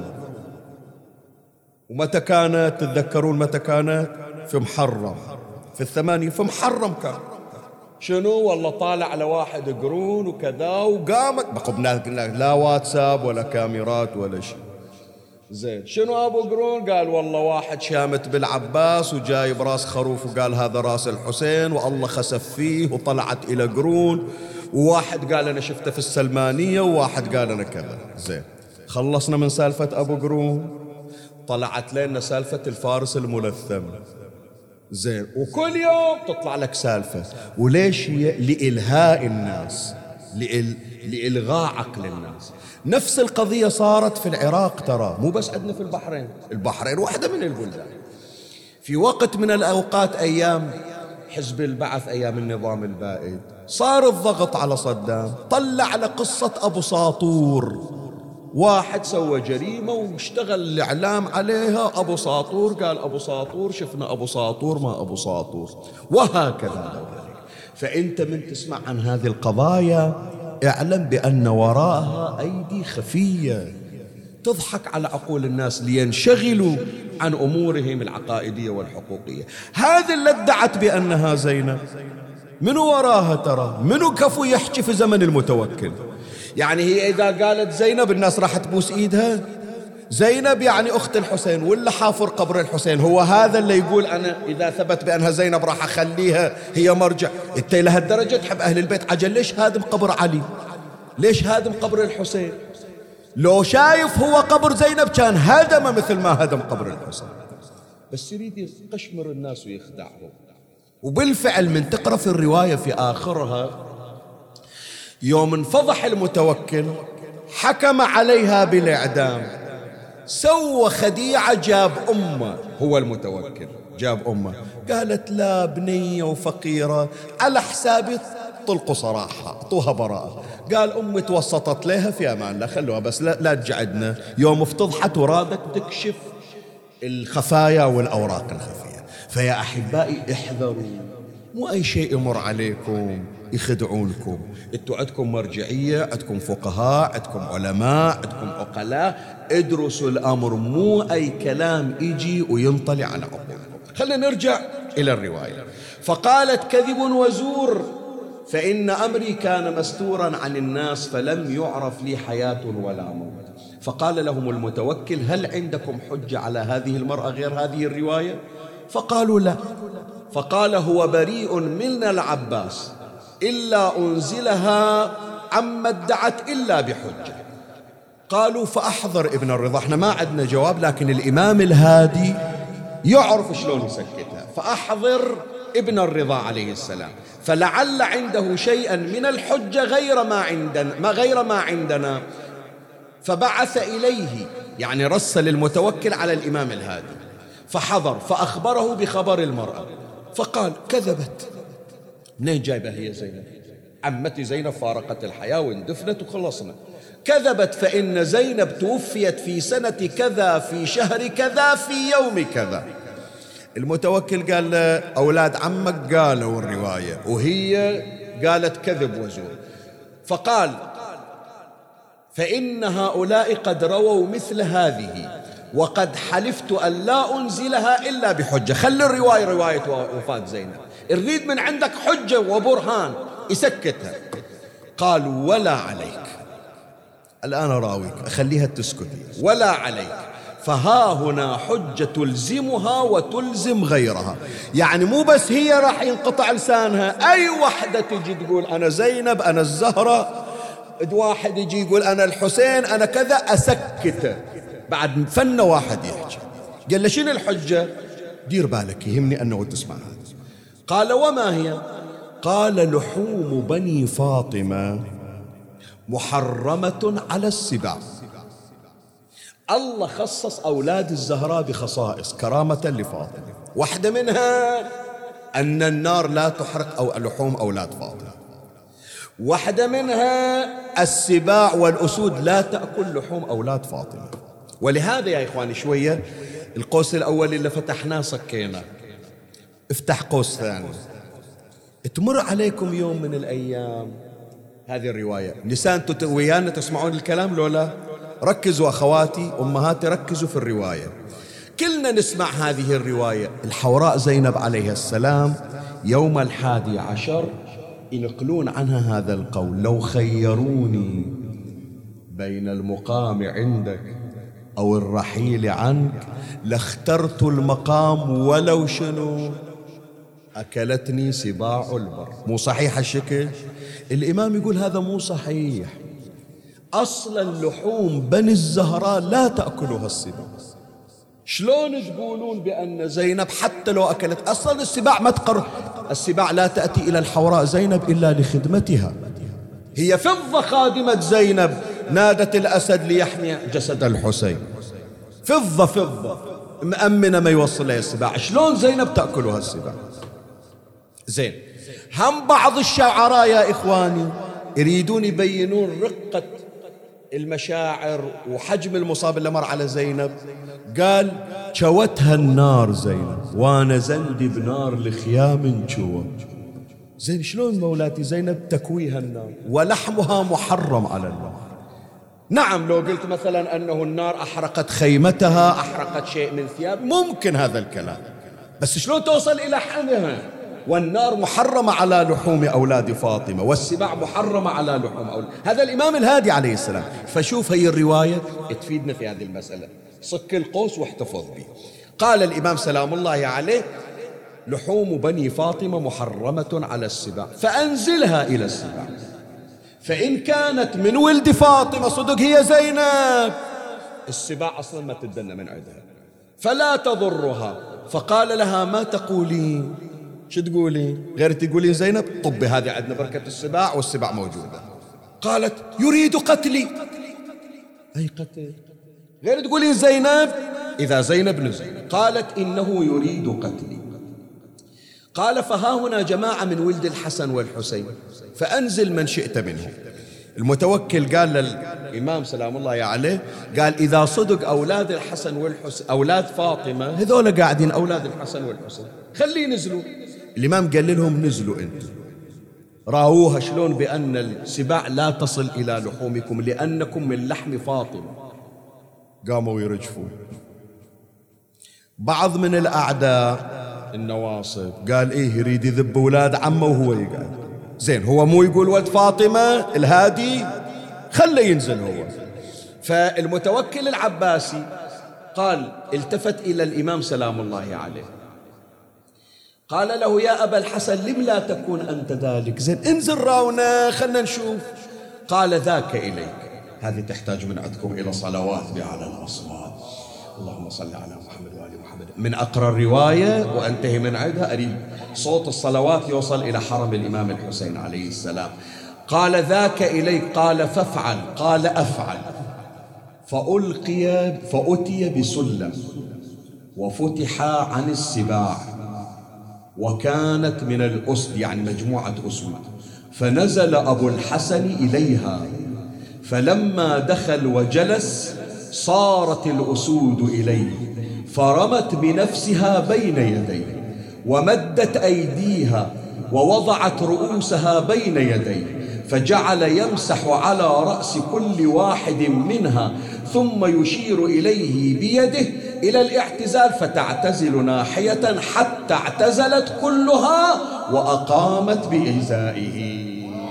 ومتى كانت؟ تتذكرون متى كانت؟ في محرم، في الثمانية في محرم كان. شنو؟ والله طالع على واحد قرون وكذا، وقامت بقبنا لا واتساب ولا كاميرات ولا شيء. زين، شنو أبو قرون؟ قال والله واحد شامت بالعباس وجايب راس خروف وقال هذا راس الحسين والله خسف فيه، وطلعت إلى قرون. وواحد قال أنا شفته في السلمانية، وواحد قال أنا كذا. زين، خلصنا من سالفة أبو قرون. طلعت لنا سالفة الفارس الملثم. زين، وكل يوم تطلع لك سالفة. وليش؟ هي لإلهاء الناس، لإل... لإلغاء عقل الناس. نفس القضية صارت في العراق ترى، مو بس عندنا في البحرين. البحرين واحدة من البلدان. في وقت من الأوقات أيام حزب البعث، أيام النظام البائد، صار الضغط على صدام، طلع لقصة أبو ساطور. واحد سوى جريمة واشتغل الإعلام عليها أبو ساطور، قال أبو ساطور شفنا أبو ساطور ما أبو ساطور، وهكذا. فأنت من تسمع عن هذه القضايا اعلم بأن وراءها أيدي خفية تضحك على عقول الناس لينشغلوا عن أمورهم العقائدية والحقوقية. هذه اللي ادعت بأنها زينب، منو وراها ترى؟ منو كفو يحكي في زمن المتوكل؟ يعني هي إذا قالت زينب الناس راح تبوس إيدها؟ زينب يعني أخت الحسين ولا حافر قبر الحسين. هو هذا اللي يقول أنا إذا ثبت بأنها زينب راح أخليها هي مرجع. أنت لهالدرجة تحب أهل البيت؟ عجل ليش هادم قبر علي؟ ليش هادم قبر الحسين؟ لو شايف هو قبر زينب كان هدم مثل ما هدم قبر الحسين، بس يريد يقشمر الناس ويخدعهم. وبالفعل من تقرأ في الرواية في آخرها يوم انفضح المتوكل حكم عليها بالإعدام. سوى خديعة، جاب أمه، هو المتوكل جاب أمه، قالت لا بنية وفقيرة على حسابي طلقوا صراحة اعطوها براءة. قال أمي توسطت لها في أمان الله، خلوها بس لا, لا تجعدنا. يوم افتضحت ورادت تكشف الخفايا والأوراق الخفية. فيا أحبائي احذروا، مو أي شيء يمر عليكم يخدعونكم. انتوا عندكم مرجعية، عندكم فقهاء، عندكم علماء، عندكم عقلاء، ادرسوا الأمر، مو أي كلام يجي وينطلي على عقولكم. خلينا نرجع إلى الرواية. فقالت كذب وزور فإن أمري كان مستورا عن الناس فلم يعرف لي حياة ولا موت. فقال لهم المتوكل: هل عندكم حجة على هذه المرأة غير هذه الرواية؟ فقالوا: لا. فقال: هو بريء من العباس إلا أنزلها عما ادعت إلا بحجة. قالوا: فأحضر ابن الرضا. احنا ما عندنا جواب، لكن الإمام الهادي يعرف شلون يسكتها. فأحضر ابن الرضا عليه السلام، فلعل عنده شيئا من الحجة غير ما عندنا ما غير ما عندنا. فبعث إليه، يعني رسل المتوكل على الإمام الهادي، فحضر فأخبره بخبر المرأة، فقال: كذبت. منين جايبها هي زينب؟ عمتي زينب فارقت الحياة واندفنت وخلصنا. كذبت، فإن زينب توفيت في سنة كذا في شهر كذا في يوم كذا. المتوكل قال له: أولاد عمك قالوا الرواية وهي قالت كذب وزور. فقال: فإن هؤلاء قد رووا مثل هذه وقد حلفت أن لا أنزلها إلا بحجة. خلي الرواية رواية وفاة زينب، نريد من عندك حجة وبرهان يسكتها. قال: ولا عليك، الآن راويك أخليها تسكت، ولا عليك، فها هنا حجة تلزمها وتلزم غيرها. يعني مو بس هي راح ينقطع لسانها، أي وحدة تجي تقول أنا زينب، أنا الزهرة، واحد يجي يقول أنا الحسين، أنا كذا، أسكته. بعد فن واحد يحكي. قال له: شنو الحجة؟ دير بالك، يهمني أنه تسمع هذا. قال: وما هي؟ قال: لحوم بني فاطمة محرمة على السباع. الله خصص أولاد الزهراء بخصائص كرامة لفاطمة، واحدة منها أن النار لا تحرق أو لحوم أولاد فاطمة، واحدة منها السباع والأسود لا تأكل لحوم أولاد فاطمة. ولهذا يا إخواني شوية القوس الأول اللي فتحناه صكينا، افتح قوس ثاني. تمر عليكم يوم من الأيام هذه الرواية، نسان ويانا تسمعون الكلام لولا؟ ركزوا أخواتي أمهاتي، ركزوا في الرواية. كلنا نسمع هذه الرواية. الحوراء زينب عليه السلام يوم الحادي عشر ينقلون عنها هذا القول: لو خيروني بين المقام عندك أو الرحيل عنك لاخترت المقام ولو شنو أكلتني سباع البر. مو صحيح الشكل؟ الإمام يقول هذا مو صحيح، أصلا لحوم بني الزهراء لا تأكلها السباع. شلون تقولون بأن زينب حتى لو أكلت؟ أصلا السباع ما تقر، السباع لا تأتي إلى الحوراء زينب إلا لخدمتها، هي فضة خادمة زينب، نادت الأسد ليحمي جسد الحسين، فضة فضة مأمنة ما يوصل لها السباع. شلون زينب تأكلها السباع؟ زين، هم بعض الشعراء يا إخواني يريدون يبينون رقة المشاعر وحجم المصاب اللي مر على زينب. قال: شوتها النار زينب وانا زندي بنار لخيام شوى. زين، شلون مولاتي زينب تكويها النار ولحمها محرم على النار؟ نعم، لو قلت مثلا أنه النار أحرقت خيمتها، أحرقت شيء من ثياب، ممكن هذا الكلام، بس شلون توصل إلى حمها؟ والنار محرمة على لحوم أولاد فاطمة، والسباع محرمة على لحوم أولاد. هذا الإمام الهادي عليه السلام. فشوف هي الرواية تفيدنا في هذه المسألة، صك القوس واحتفظ به. قال الإمام سلام الله عليه: لحوم بني فاطمة محرمة على السباع، فأنزلها إلى السباع، فإن كانت من ولد فاطمة صدق هي زينب، السباع أصلا ما تدنى من عندها، فلا تضرها. فقال لها: ما تقولين؟ شو تقولين؟ غير تقولين زينب؟ طب هذه عندنا بركة السباع والسباع موجودة. قالت: يريد قتلي. أي قتل؟ غير تقولين زينب؟ إذا زينب نزل. قالت: إنه يريد قتلي. قال: فها هنا جماعة من ولد الحسن والحسين، فأنزل من شئت منهم. المتوكل قال للإمام سلام الله عليه، قال: إذا صدق أولاد الحسن والحسين أولاد فاطمة هذول قاعدين أولاد الحسن والحسين، خليه ينزلوا. الإمام قال لهم: نزلوا أنتم، راووها شلون بأن السباع لا تصل إلى لحومكم لأنكم من لحم فاطمة. قاموا يرجفوا. بعض من الأعداء النواصب قال: إيه يريد يذب أولاد عمه وهو يقعد. زين هو مو يقول ولد فاطمة الهادي خله ينزل هو. فالمتوكل العباسي قال التفت إلى الإمام سلام الله عليه قال له يا أبا الحسن لم لا تكون أنت ذلك؟ زين انزل راونا خلنا نشوف. قال ذاك إليك. هذه تحتاج من عندكم إلى صلوات بأعلى الأصوات. اللهم صل على محمد وآل محمد. من أقرأ الرواية وأنتهي من عندها أريد صوت الصلوات يوصل إلى حرم الإمام الحسين عليه السلام. قال ذاك إليك. قال فافعل. قال أفعل. فألقي فأتي بسلم وفتح عن السباع وكانت من الأسد يعني مجموعة أسود، فنزل أبو الحسن إليها فلما دخل وجلس صارت الأسود إليه فرمت بنفسها بين يديه ومدت أيديها ووضعت رؤوسها بين يديه فجعل يمسح على رأس كل واحد منها ثم يشير إليه بيده إلى الاعتزال فتعتزل ناحية حتى اعتزلت كلها وأقامت بإزائه.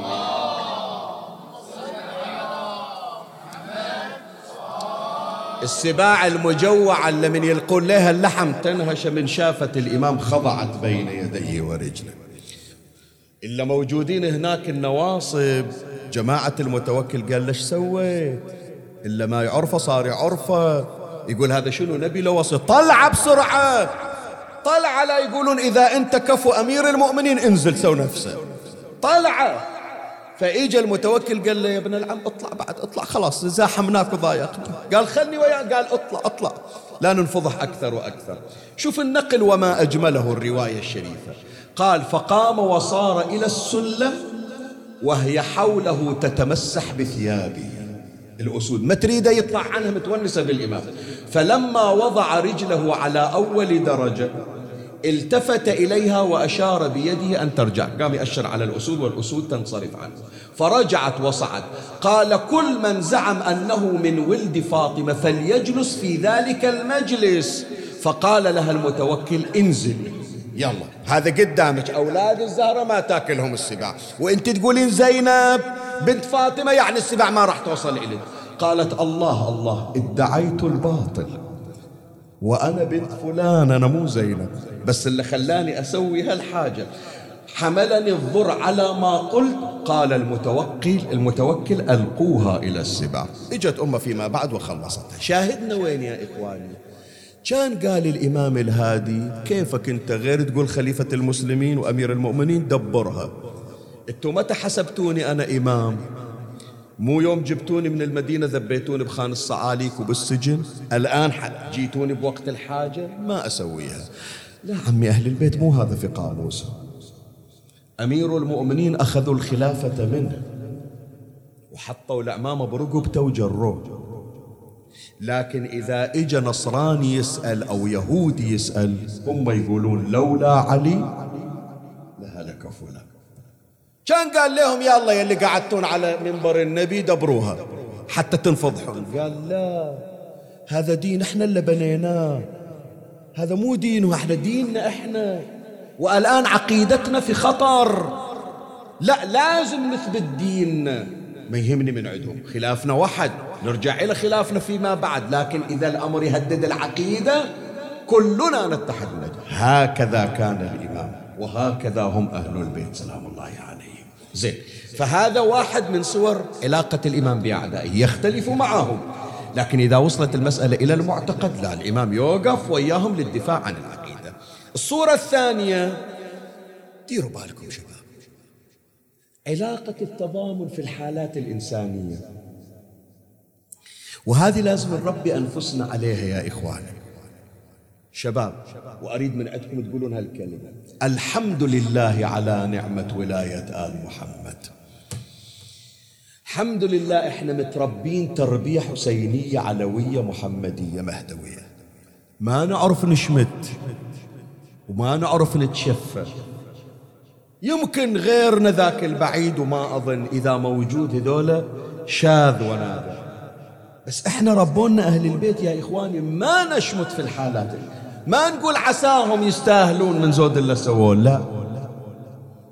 السباع المجوعة اللي من يلقون لها اللحم تنهش من شافة الإمام خضعت بين يديه ورجله. إلا موجودين هناك النواصب جماعة المتوكل قال ليش سويت؟ إلا ما يعرفه صار يعرفه. يقول هذا شنو نبي له وصي طلع بسرعة طلع. لا يقولون إذا أنت كفو أمير المؤمنين انزل سو نفسه طلع. فإجا المتوكل قال له يا ابن العم اطلع بعد اطلع خلاص زاحمناك وضايقنا. قال خلني وياك. قال اطلع اطلع لا ننفضح أكثر وأكثر. شوف النقل وما أجمله الرواية الشريفة. قال فقام وصار إلى السلم وهي حوله تتمسح بثيابه. الأسود ما تريده يطلع عنها متونسة بالإمام. فلما وضع رجله على أول درجة التفت إليها وأشار بيده أن ترجع. قام يأشر على الأسود والأسود تنصرف عنه فرجعت وصعد. قال كل من زعم أنه من ولد فاطمة فليجلس في ذلك المجلس. فقال لها المتوكل انزل يلا هذا قدامك أولاد الزهرة ما تاكلهم السباع وانت تقولين زينب بنت فاطمة يعني السباع ما راح توصل إليه. قالت الله الله ادعيت الباطل وأنا بنت فلان أنا مو زينب بس اللي خلاني أسوي هالحاجة حملني الضر على ما قلت. قال المتوكل المتوكل ألقوها إلى السباع. اجت أمه فيما بعد وخلصتها. شاهدنا وين يا إخواني؟ كان قال الإمام الهادي كيفك أنت غير تقول خليفة المسلمين وأمير المؤمنين دبرها. أنتوا متى حسبتوني أنا إمام؟ مو يوم جبتوني من المدينة ذبيتوني بخان الصعاليك وبالسجن؟ الآن جيتوني بوقت الحاجة ما أسويها. لا عمي أهل البيت مو هذا في قاموسه. أمير المؤمنين أخذوا الخلافة منه وحطوا الأعمامة برقبته وجروه. لكن إذا إجا نصراني يسأل أو يهودي يسأل هم يقولون لولا علي لهلك فلان. كان قال لهم يا الله يلي قعدتون على منبر النبي دبروها حتى تنفضحون. قال لا هذا دين احنا اللي بنيناه هذا مو دينه احنا ديننا احنا والآن عقيدتنا في خطر. لا لازم نثبت ديننا. ما يهمني من عندهم خلافنا وحد نرجع إلى خلافنا فيما بعد لكن إذا الأمر يهدد العقيدة كلنا نتحد ونجد. هكذا كان الإمام وهكذا هم أهل البيت سلام الله عليهم. زين فهذا واحد من صور علاقة الإمام بأعدائه يختلف معهم. لكن إذا وصلت المسألة إلى المعتقد لا الإمام يوقف وإياهم للدفاع عن العقيدة. الصورة الثانية ديروا بالكم شباب علاقة التضامن في الحالات الإنسانية وهذه لازم نربي أنفسنا عليها يا إخواني شباب. وأريد من عندكم تقولون هالكلمة الحمد لله على نعمة ولاية آل محمد. الحمد لله إحنا متربين تربية حسينية علوية محمدية مهدوية ما نعرف نشمت وما نعرف نتشفى. يمكن غيرنا ذاك البعيد وما أظن إذا موجود هذولا شاذ ونادر بس إحنا ربونا أهل البيت يا إخواني ما نشمت في الحالات. ما نقول عساهم يستاهلون من زود اللي سووه لا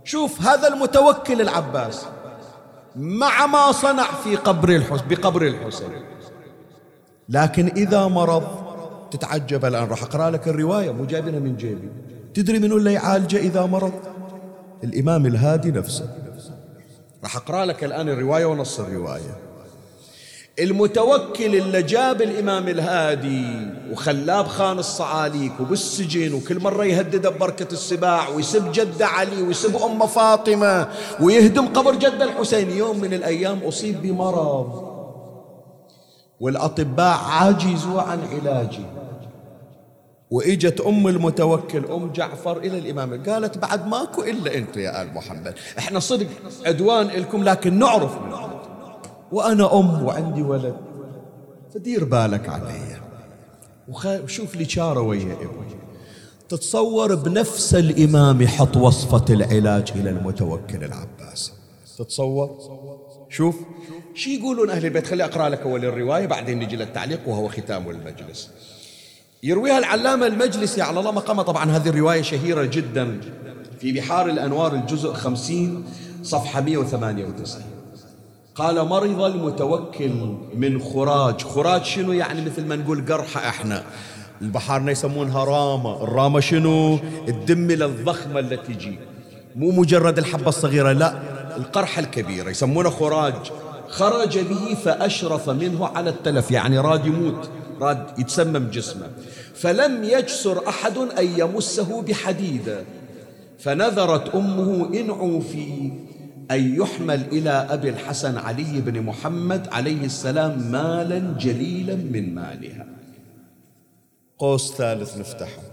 شوف هذا المتوكل العباس مع ما صنع في قبر الحسين بقبر الحسين، لكن إذا مرض تتعجب. الآن راح أقرأ لك الرواية مو جايبينها من جيبي. تدري منو اللي يعالجه إذا مرض؟ الإمام الهادي نفسه. راح أقرأ لك الآن الرواية ونص الرواية. المتوكل اللي جاب الإمام الهادي وخلاه بخان الصعاليك وبالسجن، وكل مرة يهدد ببركة السباع ويسب جد علي ويسب أم فاطمة ويهدم قبر جد الحسين، يوم من الأيام أصيب بمرض والأطباء عاجزوا عن علاجه، وإجت أم المتوكل أم جعفر إلى الإمام قالت بعد ماكو إلا أنتم يا آل محمد، إحنا صدق عدوان إلكم لكن نعرف منه، وأنا أم وعندي ولد، فدير بالك علي وشوف لي شارة ويا ابني. تتصور بنفس الإمام يحط وصفة العلاج إلى المتوكل العباس. تتصور؟ شوف شي يقولون أهل البيت. خلي أقرأ لك أول الرواية بعدين نجي للتعليق وهو ختام المجلس. يرويها العلامة المجلسي على الله مقامه. طبعا هذه الرواية شهيرة جدا في بحار الأنوار الجزء خمسين صفحة مئة وثمانية وتسعين. قال مرض المتوكل من خراج. خراج شنو؟ يعني مثل ما نقول قرحة، احنا البحارنا يسمونها رامة. الرامة شنو؟ الدملة الضخمة التي تجي، مو مجرد الحبة الصغيرة، لا القرحة الكبيرة يسمونه خراج. خرج به فأشرف منه على التلف، يعني راد يموت، راد يتسمم جسمه. فلم يجسر أحد أن يمسه بحديدة، فنذرت أمه إن عوفي أن يحمل إلى أبي الحسن علي بن محمد عليه السلام مالا جليلا من مالها. قوس ثالث نفتحه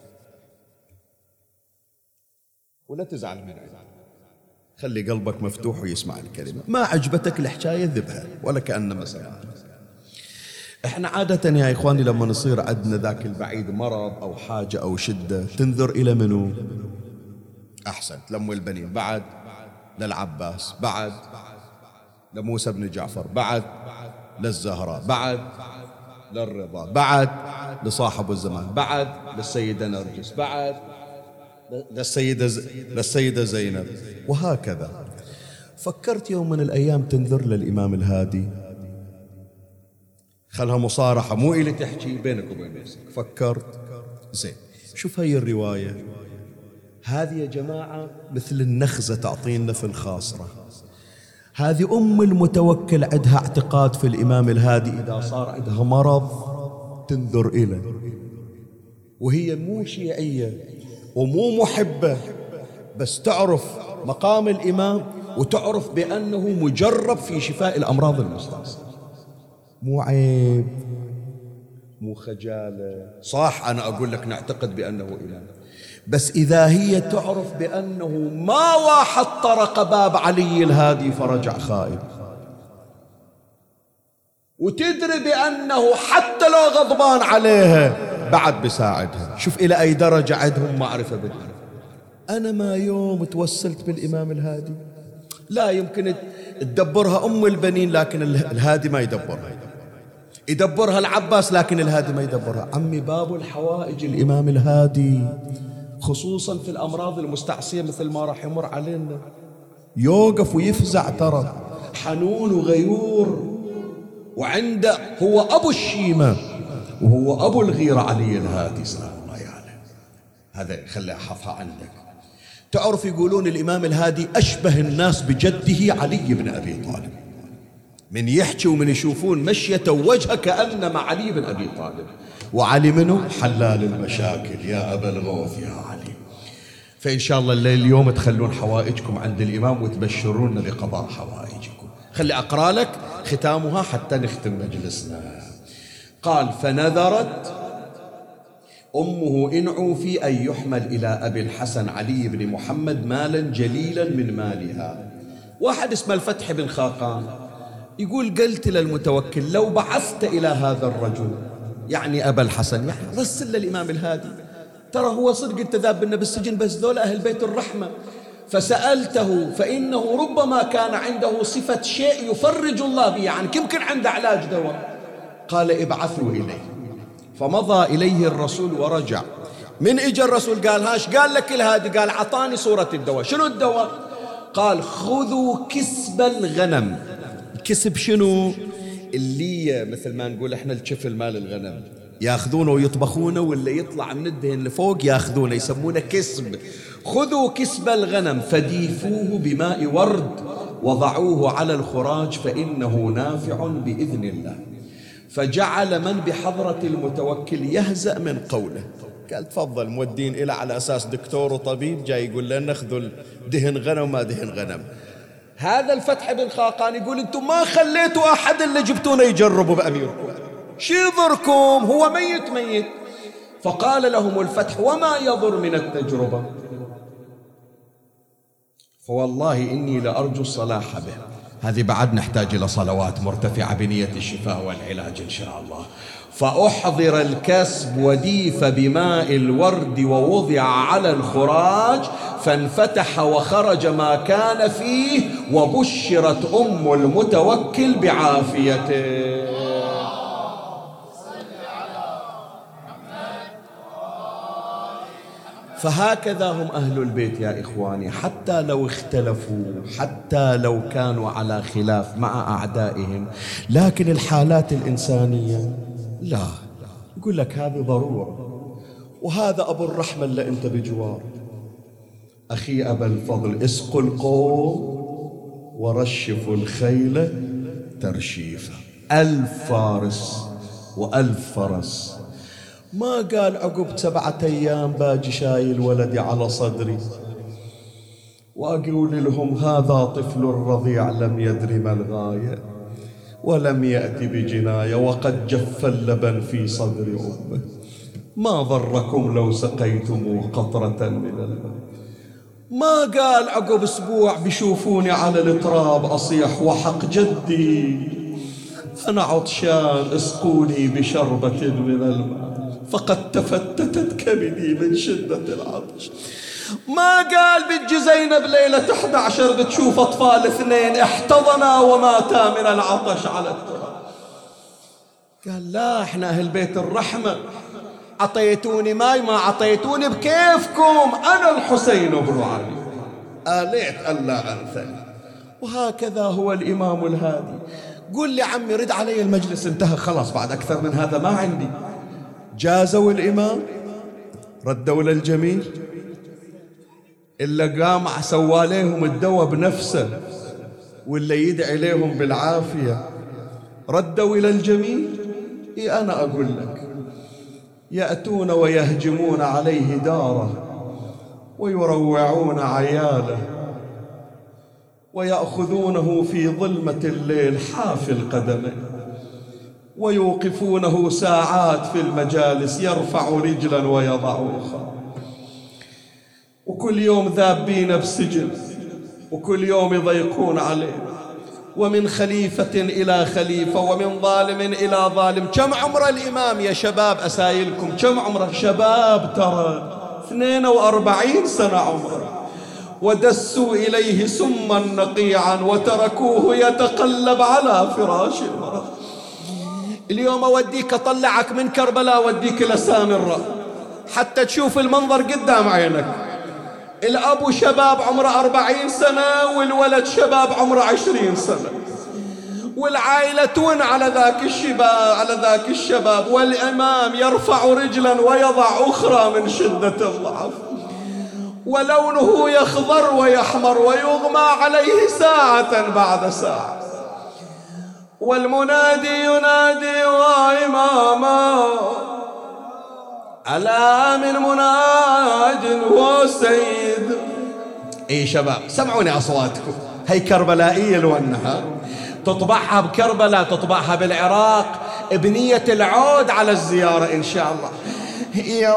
ولا تزعل منه، خلي قلبك مفتوح ويسمع الكلمة. ما عجبتك الحكاية ذبها ولا كأن مسألة. احنا عادة يا إخواني لما نصير عندنا ذاك البعيد مرض أو حاجة أو شدة تنذر إلى منو؟ أحسن لمو البنين، بعد للعباس، بعد لموسى بن جعفر، بعد للزهراء، بعد للرضا، بعد لصاحب الزمان، بعد للسيدة نرجس، بعد للسيدة للسيدة زينب، وهكذا. فكرت يوم من الأيام تنذر للإمام الهادي، خلها مصارحة مو إلي تحكي بينك وبين نفسك. فكرت زين. شوف هاي الرواية هذه يا جماعة مثل النخزة تعطينا في الخاصرة. هذه أم المتوكل عندها اعتقاد في الإمام الهادي، إذا صار عندها مرض تنذر إليه، وهي مو شيعية ومو محبة، بس تعرف مقام الإمام وتعرف بأنه مجرب في شفاء الأمراض المستعصية. مو عيب، مو خجالة. صح أنا أقول لك نعتقد بأنه إله، بس إذا هي تعرف بأنه ما واحد طرق باب علي الهادي فرجع خائب، وتدري بأنه حتى لو غضبان عليها بعد بساعدها. شوف إلى أي درجة عندهم معرفة بالله. أنا ما يوم توسلت بالإمام الهادي لا يمكن تدبرها أم البنين، لكن الهادي ما يدبرها. يدبرها العباس لكن الهادي ما يدبرها. عمي باب الحوائج الإمام الهادي، خصوصا في الأمراض المستعصية مثل ما راح يمر علينا، يوقف ويفزع، ترى حنون وغيور، وعنده هو أبو الشيمة وهو أبو الغيرة علي الهادي سلام الله عليه. هذا خلي أحفظها عندك. تعرف يقولون الإمام الهادي أشبه الناس بجده علي بن أبي طالب، من يحكي ومن يشوفون مشيته ووجهه كأنما علي بن أبي طالب. وعلي منه حلال المشاكل يا أبا الغوث يا علي. فإن شاء الله الليل اليوم تخلون حوائجكم عند الإمام وتبشرون بقضاء حوائجكم. خلي أقرأ لك ختامها حتى نختم مجلسنا. قال فنذرت أمه إن عوفي أن يحمل إلى أبي الحسن علي بن محمد مالا جليلا من مالها. واحد اسمه الفتح بن خاقان يقول قلت للمتوكل لو بعثت إلى هذا الرجل يعني أبا الحسن، يعني رسل للإمام الهادي، ترى هو صدق انت ذاب لنا بالسجن بس ذول أهل بيت الرحمة، فسألته فإنه ربما كان عنده صفة شيء يفرج الله به، يعني يمكن عنده علاج دواء. قال ابعثوا إليه. فمضى إليه الرسول ورجع من إجا الرسول قال هاش قال لك الهادي؟ قال عطاني صورة الدواء. شنو الدواء؟ قال خذوا كسب الغنم. الكسب شنو؟ اللي مثل ما نقول احنا الشفل مال الغنم، ياخذونه ويطبخونه ولا يطلع من الدهن لفوق ياخذونه، يسمونه كسب. خذوا كسب الغنم فديفوه بماء ورد وضعوه على الخراج فإنه نافع بإذن الله. فجعل من بحضرة المتوكل يهزأ من قوله، قال تفضل مودين إلى على أساس دكتور وطبيب جاي يقول لنا ناخذوا دهن غنم وما دهن غنم. هذا الفتح بن خاقان يقول انتم ما خليتوا أحد اللي جبتونا يجربوا بأميركم، شي يضركم؟ هو ميت ميت. فقال لهم الفتح وما يضر من التجربة؟ فوالله إني لأرجو الصلاح به. هذه بعد نحتاج إلى صلوات مرتفعة بنية الشفاء والعلاج إن شاء الله. فأحضر الكسب وديف بماء الورد ووضع على الخراج فانفتح وخرج ما كان فيه وبشرت أم المتوكل بعافيته. فهكذا هم أهل البيت يا إخواني، حتى لو اختلفوا، حتى لو كانوا على خلاف مع أعدائهم، لكن الحالات الإنسانية لا، يقول لك هذه ضرورة. وهذا أبو الرحمة اللي أنت بجوار أخي أبا الفضل، اسقوا القوم ورشفوا الخيل ترشيفا. ألف فارس وألف فرس. ما قال عقب سبعة أيام باجي شايل ولدي على صدري وأقول لهم هذا طفل رضيع لم يدر ما الغاية ولم يأتي بجناية وقد جف اللبن في صدر أمه، ما ضركم لو سقيتم قطرة من الماء. ما قال عقب أسبوع بيشوفوني على التراب أصيح وحق جدي أنا عطشان اسقوني بشربة من الماء فقد تفتتت كبدي من شدة العطش. ما قال بتجي زينب ليلة أحد عشر بتشوف أطفال اثنين احتضنا وماتا من العطش على التراب. قال لا، احنا أهل بيت الرحمة، عطيتوني ماي ما عطيتوني بكيفكم، أنا الحسين بن علي آليت ألا أنثني. وهكذا هو الإمام الهادي. قل لي عمي رد علي المجلس انتهى خلاص، بعد أكثر من هذا ما عندي. جازوا الإمام، ردوا للجميل، إلا قام سوى لهم الدواء بنفسه ولا يدعي لهم بالعافية. ردوا إلى الجميل. إيه أنا أقول لك، يأتون ويهجمون عليه داره ويروعون عياله ويأخذونه في ظلمة الليل حافي القدمين ويوقفونه ساعات في المجالس يرفع رجلا ويضع أخرى، وكل يوم ذابين بسجن وكل يوم يضيقون عليه، ومن خليفة إلى خليفة ومن ظالم إلى ظالم. كم عمر الإمام يا شباب؟ أسايلكم كم عمره؟ شباب ترى اثنين وأربعين سنة عمره. ودسوا إليه سما نقيعا وتركوه يتقلب على فراش المرض. اليوم أوديك أطلعك من كربلاء أوديك لسامرة حتى تشوف المنظر قدام عينك. الأب شباب عمره أربعين سنة والولد شباب عمره عشرين سنة، والعائلة تون على ذاك الشباب على ذاك الشباب، والإمام يرفع رجلا ويضع أخرى من شدة الضعف، ولونه يخضر ويحمر ويغمى عليه ساعة بعد ساعة، والمنادي ينادي وإماما ألا من مناد وسيد. اي شباب سمعوني أصواتكم، هي كربلائية لو أنها تطبعها بكربلاء، تطبعها بالعراق بنية العود على الزيارة إن شاء الله. يا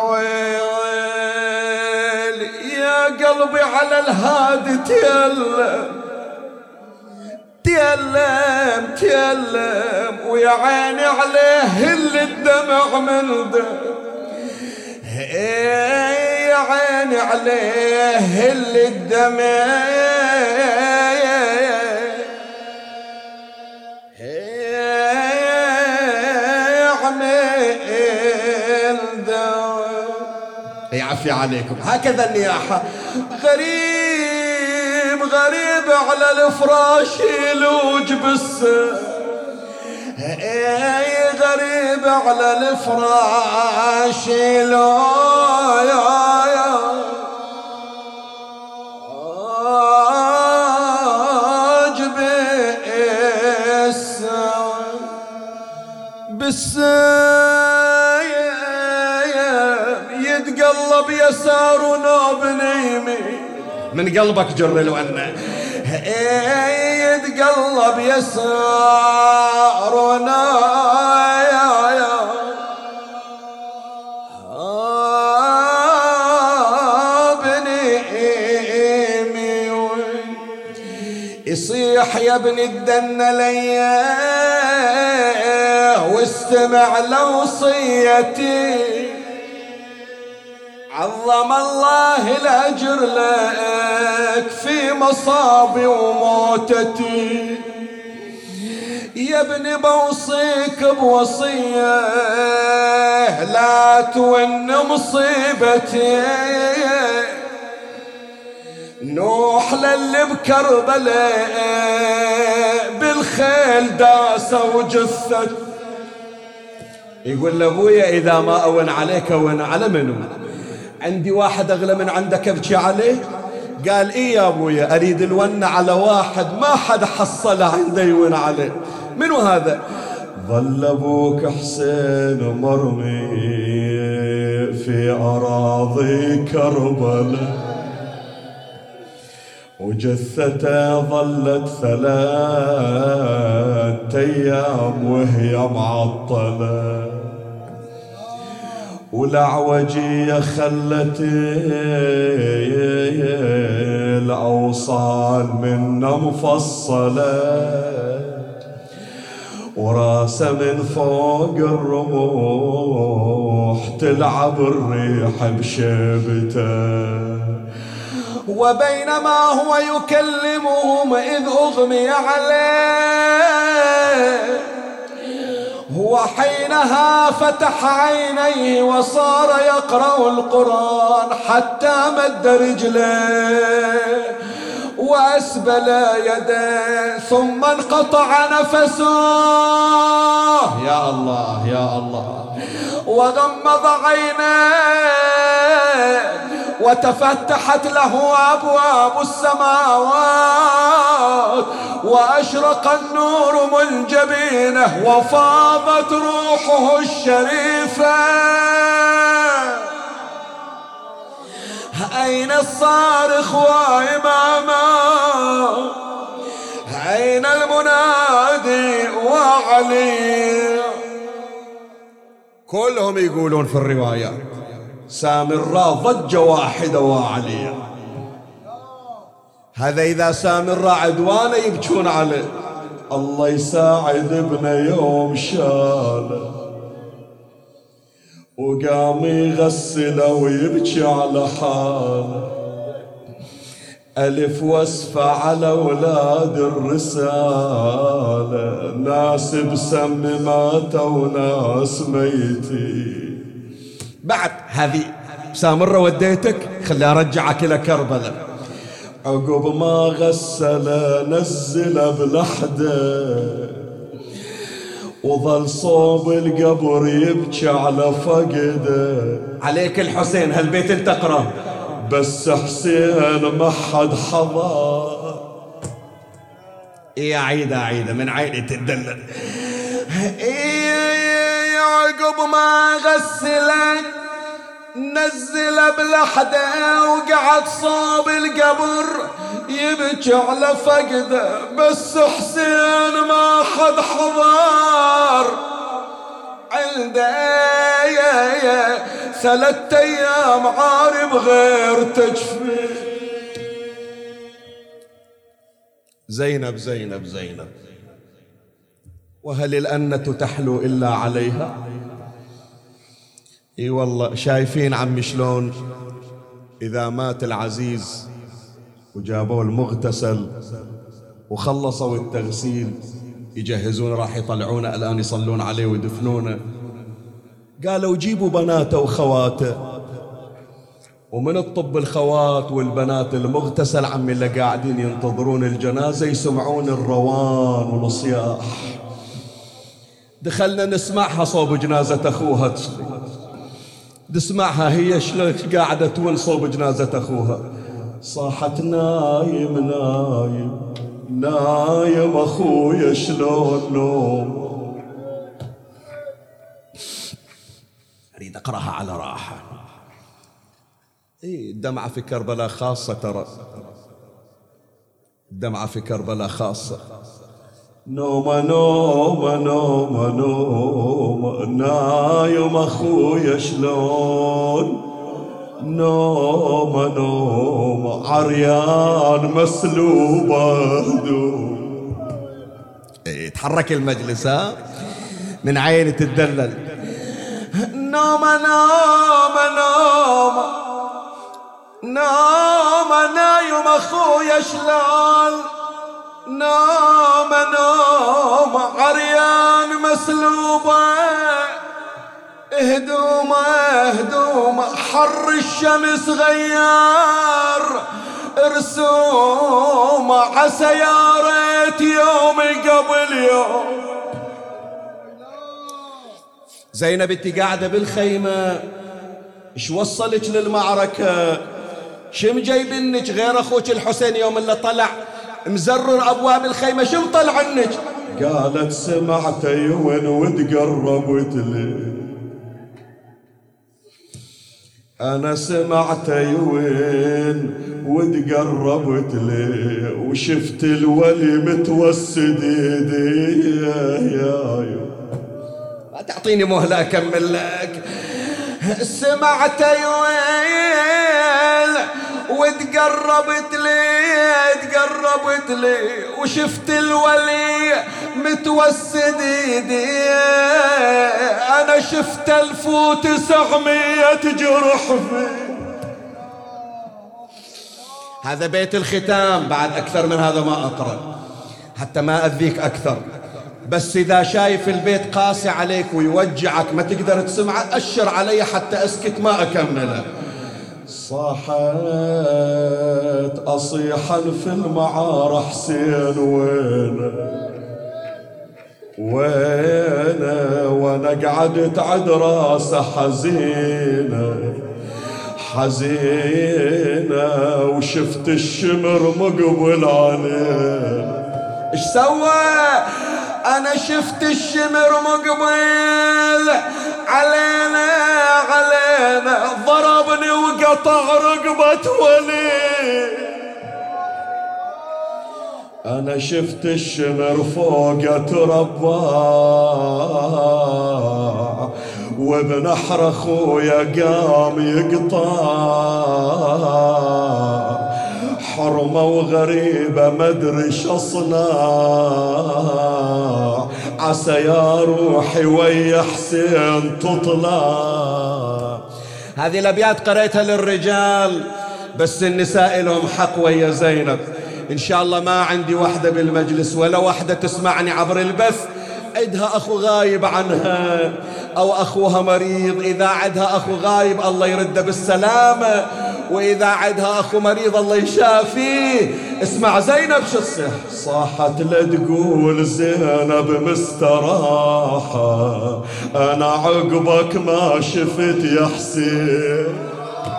ويل يا قلبي على الهادي تيلم تيلم تيلم، ويا عيني عليه هل الدمع من دم، يا عيني عليه هل الدمع العافية عليكم. هكذا النياحة. غريب غريب على الفراش يلوج بالسر، اي غريب على الفراش يلوج بالسايم، يتقلب يسار ونوب يمين، من قلبك جر الونة، يتقلب يسار ونوب يمين، يصيح يا ابن الدنة ليا واستمع لوصيتي، عظم الله الأجر لك في مصابي وموتتي، يا ابني بوصيك بوصية لا تون مصيبتي، نوح للي بكربلاء بالخيل داسة وجثت، يقول لابويا إذا ما أون عليك أون على منو؟ عندي واحد أغلى من عندك أبكي عليه؟ قال إيه يا أبويا، أريد الون على واحد ما حد حصله عنده يون عليه. منو هذا؟ ظل أبوك حسين مرمي في أراضي كربلاء، وجثته ظلت ثلاث أيام وهي معطلة، والأعوجية خلت الأوصال منا مفصلة، وراسه من فوق الرموح تلعب الريح بشيبته، وبينما هو يكلمهم إذ أغمي عليه، هو حينها فتح عينيه وصار يقرأ القرآن حتى مد رجليه وأسبل يديه ثم انقطع نفسه، يا الله يا الله، وغمض عينيه وتفتحت له أبواب السماوات وأشرق النور من جبينه وفاضت روحه الشريفة. أين الصارخ وإمامه؟ أين المنادي وعلي؟ كلهم يقولون في الروايات سامراء ضجة واحدة وعلي. هذا إذا سامراء عدوانه يبكون عليه. الله يساعد ابنه يوم شاله وقام يغسله ويبكي على حاله، ألف وصفة على أولاد الرسالة، ناس بسم ماتوا وناس ميتين. بعد هذه سامرة وديتك خلي أرجعك إلى كربلاء. عقب ما غسله نزله بلحده وظل صوب القبر يبكي على فقده. عليك الحسين هالبيت انت اقرأ، بس حسين ما حد حضر. يا عيدة عيدة من عيني تدلل. إيه عقب ما غسلك نزل بلحده وقعد صوب القبر يبكي على فقده، بس حسين ما حد حضر عنده. يا يا ثلاث ايام عارب غير تجفي. زينب زينب زينب، وهل الأنة تحلو إلا عليها؟ اي والله. شايفين عمي شلون إذا مات العزيز وجابوا المغتسل وخلصوا التغسيل يجهزون راح يطلعونه الآن يصلون عليه ويدفنونه، قالوا جيبوا بناته وخواته ومن الطب الخوات والبنات المغتسل عمي اللي قاعدين ينتظرون الجنازة يسمعون الروان والصياح. دخلنا نسمعها صوب جنازة أخوها، نسمعها هي شلون قاعدة تون صوب جنازة أخوها. صاحت نايم نايم نايم أخويا شلون نوم. أريد أقرأها على راحة. إيه الدمعة في كربلاء خاصة، ترى الدمعة في كربلاء خاصة. نوم نوم نوم نوم نايم أخويا شلون نوم نوم عريان مسلوبة هدوم. إيه تحرك المجلس ها من عيني تتدلل. نوم نوم نوم نوم نايم أخويا شلون نوم نوم عريان مسلوبة هدوم هدوم حر الشمس غير رسوم عسى يا ريت يوم قبل يوم. زينب انت قاعدة بالخيمة، ايش وصلك للمعركة؟ شم جايبنك غير اخوك الحسين يوم اللي طلع مزرر ابواب الخيمة، شم طلع عنك؟ قالت سمعت يوين وتقربت لي، انا سمعت يوين وتقربت لي وشفت الولي متوسد ايدي. يا يا ما تعطيني مهلة اكمل لك. سمعت يوين وتقربت لي تقربت لي وشفت الولي متوسد ايدي، انا شفت الف وتسعمية جرح فيه. هذا بيت الختام، بعد اكثر من هذا ما اقرأ حتى ما اذيك اكثر، بس اذا شايف البيت قاسي عليك ويوجعك ما تقدر تسمعه اشر علي حتى اسكت ما اكمله. صاحت أصيحا في المعار حسين وينه وينه وانا قعدت عد راسه حزينه حزينه وشفت الشمر مقبل عليه. ايش سوى؟ انا شفت الشمر مقبل علينا علينا ضربني وقطع رقبة ولي. انا شفت الشمر فوق تربى وبنحر اخويا قام يقطع حرمة وغريبة مدري شصنع عسى يا روحي ويا حسين تطلع. هذه الأبيات قرأتها للرجال بس النساء لهم حق ويا زينب. إن شاء الله ما عندي وحدة بالمجلس ولا وحدة تسمعني عبر البث عدها أخو غايب عنها أو أخوها مريض، إذا عدها أخو غايب الله يرده بالسلامة، وإذا عدها أخو مريض الله يشافيه. اسمع زينب شو تصيح. صاحت لا تقول زينب مستراحة أنا عقبك ما شفت يا حسين.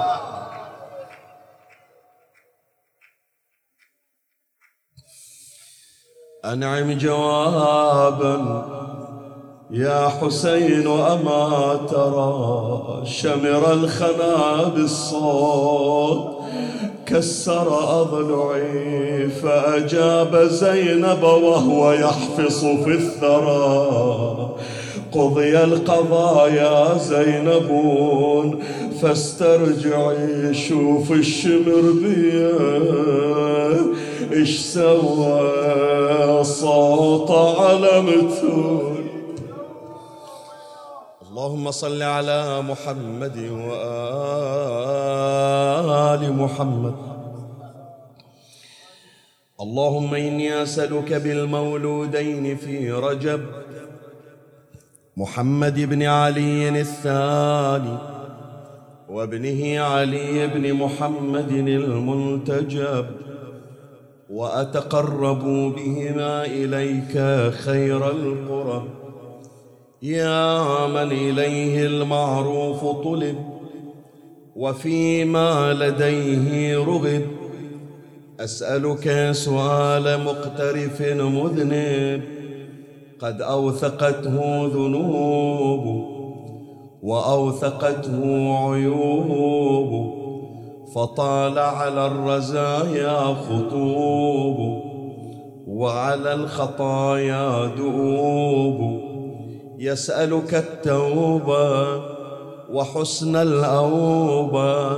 أنعم جوابا يا حسين أما ترى شمر الخنا بالصوت كسر أضلعي، فأجاب زينب وهو يحفص في الثرى قضي القضاء يا زينب فاسترجعي. شوف الشمر بيه إيش سوى صوت على متون. اللهم صل على محمد وآل محمد. اللهم إني أسألك بالمولودين في رجب محمد بن علي الثاني وابنه علي بن محمد المنتجب، وأتقرب بهما إليك خير القرب، يا من إليه المعروف طلب وفيما لديه رغب. أسألك سؤال مقترف مذنب قد أوثقته ذنوب وأوثقته عيوب، فطال على الرزايا خطوب وعلى الخطايا دؤوب. يسألك التوبة وحسن الأوبة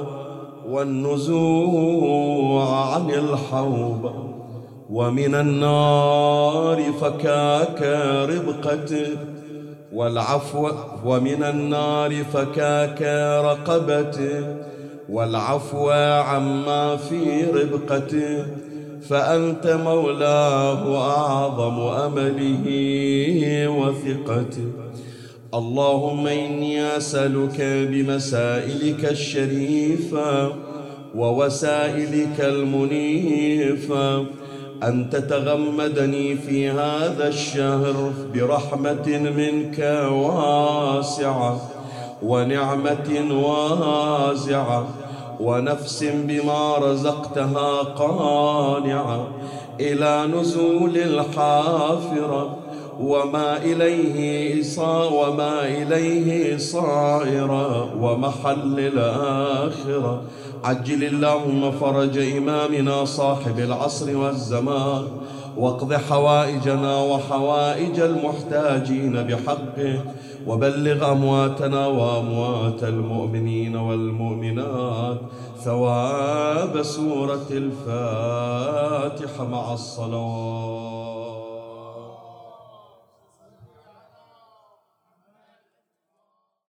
والنزوع عن الحوبة، ومن النار فكاك ربقته والعفو، ومن النار فكاك رقبته والعفو عما في ربقته، فأنت مولاه أعظم أمله وثقته. اللهم إني أسألك بمسائلك الشريفة ووسائلك المنيفة أن تتغمدني في هذا الشهر برحمة منك واسعة ونعمة واسعة ونفس بما رزقتها قانعة إلى نزول الحافرة وما إليه وما إليه صائرة ومحل الآخرة. عجل اللهم فرج إمامنا صاحب العصر والزمان، واقض حوائجنا وحوائج المحتاجين بحقه، وبلغ أمواتنا وأموات المؤمنين والمؤمنات ثواب سورة الفاتحة مع الصلوات.